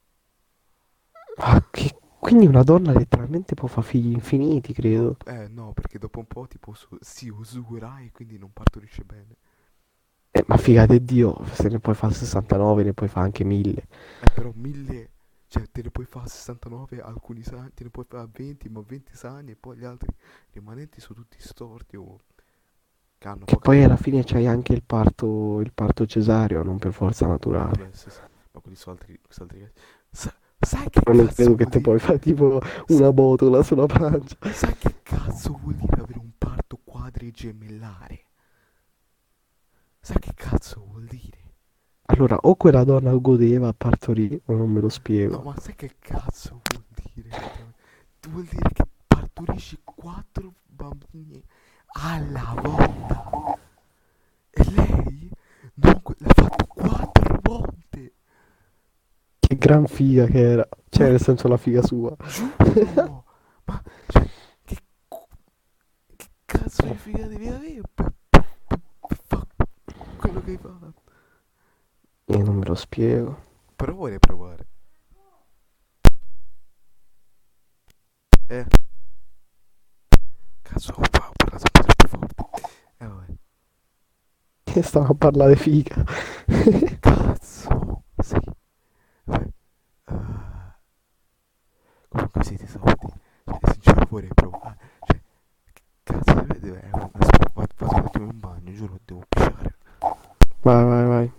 Ma che... Quindi una donna letteralmente può fare figli infiniti, No, credo. eh no, perché dopo un po' tipo su- si usurà e quindi non partorisce bene. Eh, ma figate Dio, se ne puoi fare sessantanove, ne puoi fare anche mille. Eh però mille, cioè te ne puoi fare sessantanove, alcuni sani, te ne puoi fare venti, ma venti sani e poi gli altri rimanenti sono tutti storti o che hanno Che poca... poi alla fine c'hai anche il parto, il parto cesareo, non per forza Ah, naturale. vabbè, sì, sì. Ma quelli sono altri, sono altri casi. Sa- Sai che Ma non cazzo credo che vuol te dire? puoi fare tipo Sa- una botola sulla pancia. sai che cazzo vuol dire avere un parto quadrigemellare? Sai che cazzo vuol dire? Allora, o quella donna godeva a partorire, o non me lo No, spiego. ma sai che cazzo vuol dire? Letteralmente? Vuol dire che partorisci quattro bambini alla volta. E lei non que- l'ha fatto quattro volte. Che gran figa che era. Cioè, Ma nel senso la figa sua. giuro! Ma cioè, che, cu- che cazzo di figa devi avere per, per- per- per fare quello che hai fatto? Io non me lo spiego. Però vuole provare. Eh, cazzo, ho pa- ho parlato un po' troppo forte. Eh, vabbè. Che stavo a parlare figa. Cazzo, sì. Vabbè. eh, comunque sì, ti stavo per dire. Cioè, sincero vorrei provare. Cioè, che cazzo deve... deve eh, aspetta, vado, vado un attimo in bagno, giuro, devo pisciare. Vai, vai, vai.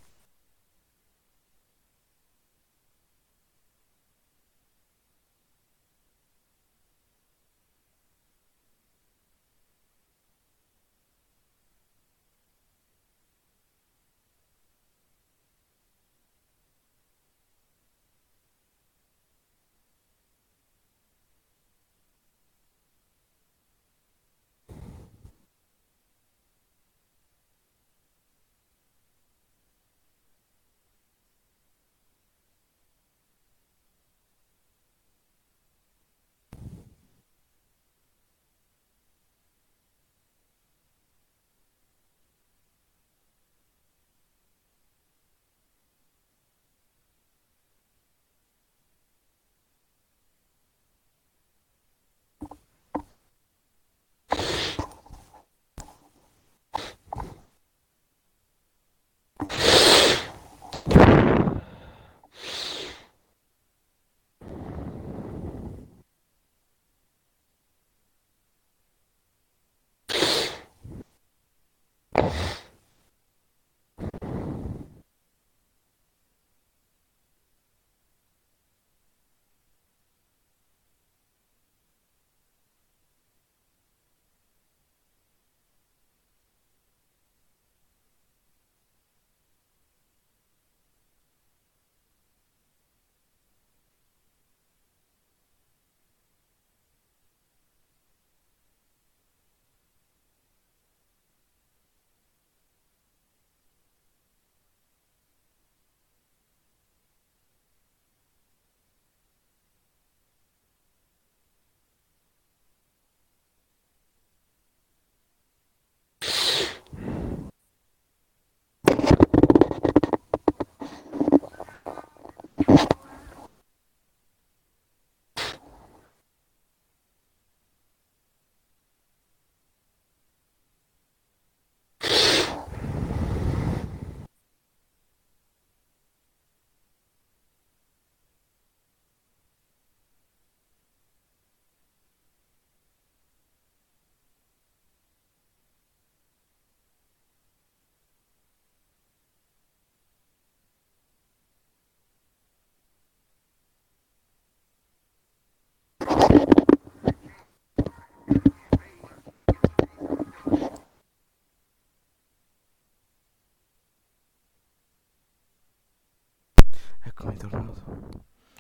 Eccomi tornato.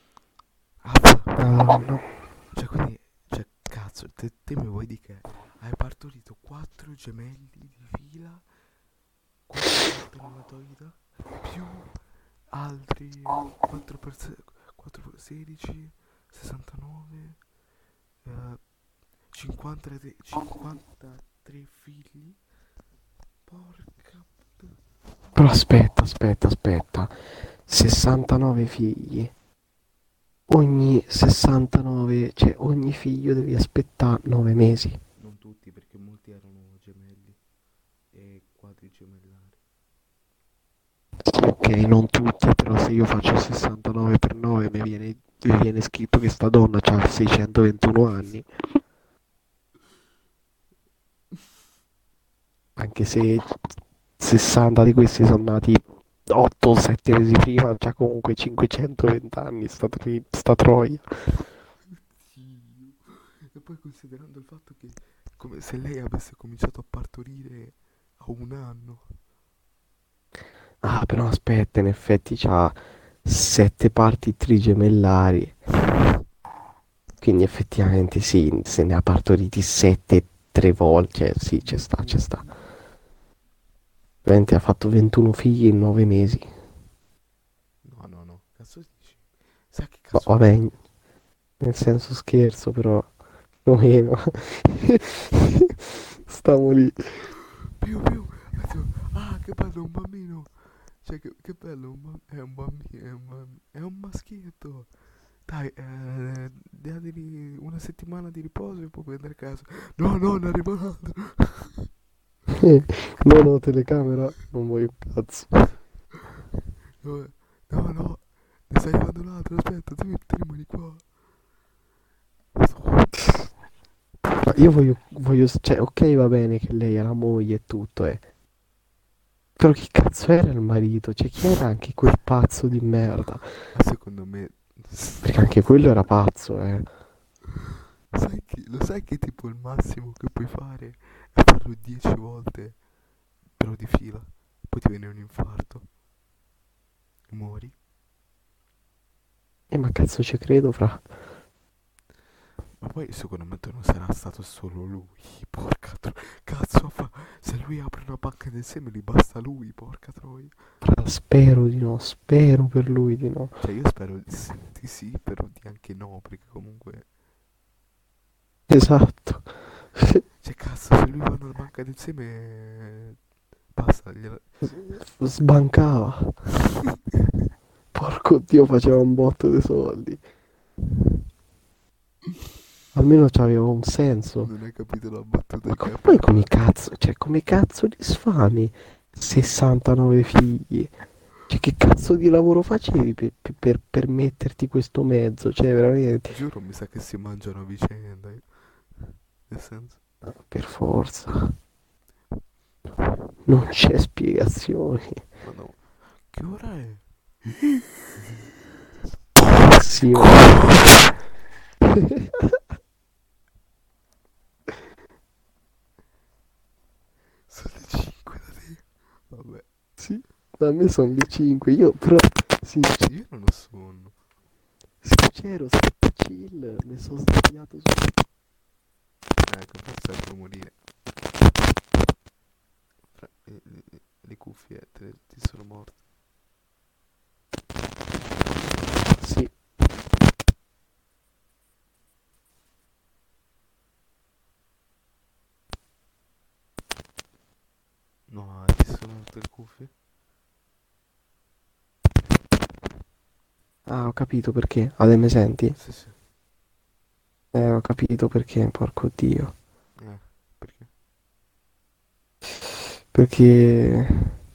Ah, Ah, no. cioè, quindi, cioè, cazzo, te, te mi vuoi dire che hai partorito quattro gemelli di fila, quattro volte nella tua vita, più altri quattro per quattro per sedici, sessantanove, eh, cinquantatré, cinquantatré figli? Porca puttana. Però aspetta, aspetta, aspetta. sessantanove figli. Ogni sessantanove, cioè ogni figlio devi aspettare nove mesi. Non tutti, perché molti erano gemelli e quadrigemellari. Ok, non tutti, però se io faccio sessantanove per nove mi viene, mi viene scritto che sta donna ha seicentoventuno anni. Anche se sessanta di questi sono nati otto sette mesi prima, già comunque cinquecentoventi anni, sta, tri- sta troia. Dio. E poi considerando il fatto che come se lei avesse cominciato a partorire a un anno. Ah, però aspetta, in effetti c'ha sette parti trigemellari, quindi effettivamente sì, se ne ha partoriti sette tre volte, cioè, sì, ci sta, ci sta. No. Veramente ha fatto ventuno figli in nove mesi. No, no, no. Cazzo dici? Sai che No, cazzo vuol vabbè, dire? nel senso scherzo, però più o meno. Stavo lì. Più, più. Adesso- Ah, che bello, un bambino. Cioè, che, che bello, un bam- è un bambino, è un, bam- è un maschietto. Dai, eh, dategli una settimana di riposo e poi prendere a casa. No, no, non arriva un altro. No, no, telecamera, non voglio un cazzo. No, no, no, ne sta arrivando un altro, aspetta, tu ti rimani qua. No, Ma io voglio, voglio, cioè, ok, va bene che lei è la moglie e tutto, eh. Però chi cazzo era il marito? Cioè, chi era anche quel pazzo di merda? ma secondo me... Perché anche quello era pazzo, eh. Sai che, lo sai che tipo il massimo che puoi fare è farlo dieci volte, però di fila. Poi ti viene un infarto. Muori. E ma cazzo ci credo, fra. Ma poi secondo me non sarà stato solo lui. Porca tro... Cazzo fa... Se lui apre una banca del seme gli basta lui, porca troia. Fra, spero di no, spero per lui di no. Cioè io spero di sì, di sì, però di anche no, perché comunque... Esatto. Cioè cazzo, se lui va nella banca del seme... Basta, gliela... Sbancava. Porco Dio, faceva un botto di soldi. Almeno c'aveva un senso. Non hai capito la battuta Ma che co- ha poi come fatto? cazzo, cioè come cazzo li sfami? sessantanove figli. Cioè che cazzo di lavoro facevi per, per- per permetterti questo mezzo? Cioè veramente, Giuro, mi sa che si mangiano a vicenda. eh. Nel senso... no, per forza. Non c'è spiegazione. Ma no. Che ora è? Sì, Porco! ma... Sono le cinque da te. Vabbè. Sì, da me sono le cinque. Io però, sì, Io non ho sonno. sincero, stavo chill, mi sono sdraiato su... Ecco, forse devo morire. Fra- le, le- le cuffie te le- ti sono morte. Sì, No, ti sono morte le cuffie? ah, ho capito perché. Adesso mi senti? Sì, sì. Eh, ho capito perché, porco Dio. Eh, perché? Perché...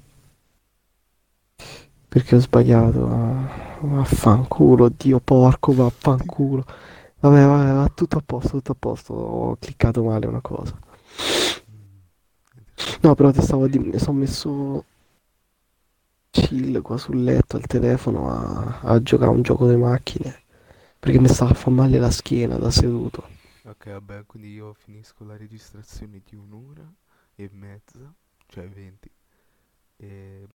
Perché ho sbagliato. ah, Vaffanculo, Dio porco, vaffanculo. Vabbè, vabbè, va tutto a posto, tutto a posto. Ho cliccato male una cosa. Mm, interessante. No, però ti stavo a dire, mi sono messo chill qua sul letto al telefono a, a giocare a un gioco delle macchine. Perché mi stava a fare male la schiena da seduto. Ok, vabbè, quindi io finisco la registrazione di un'ora e mezza, cioè venti. E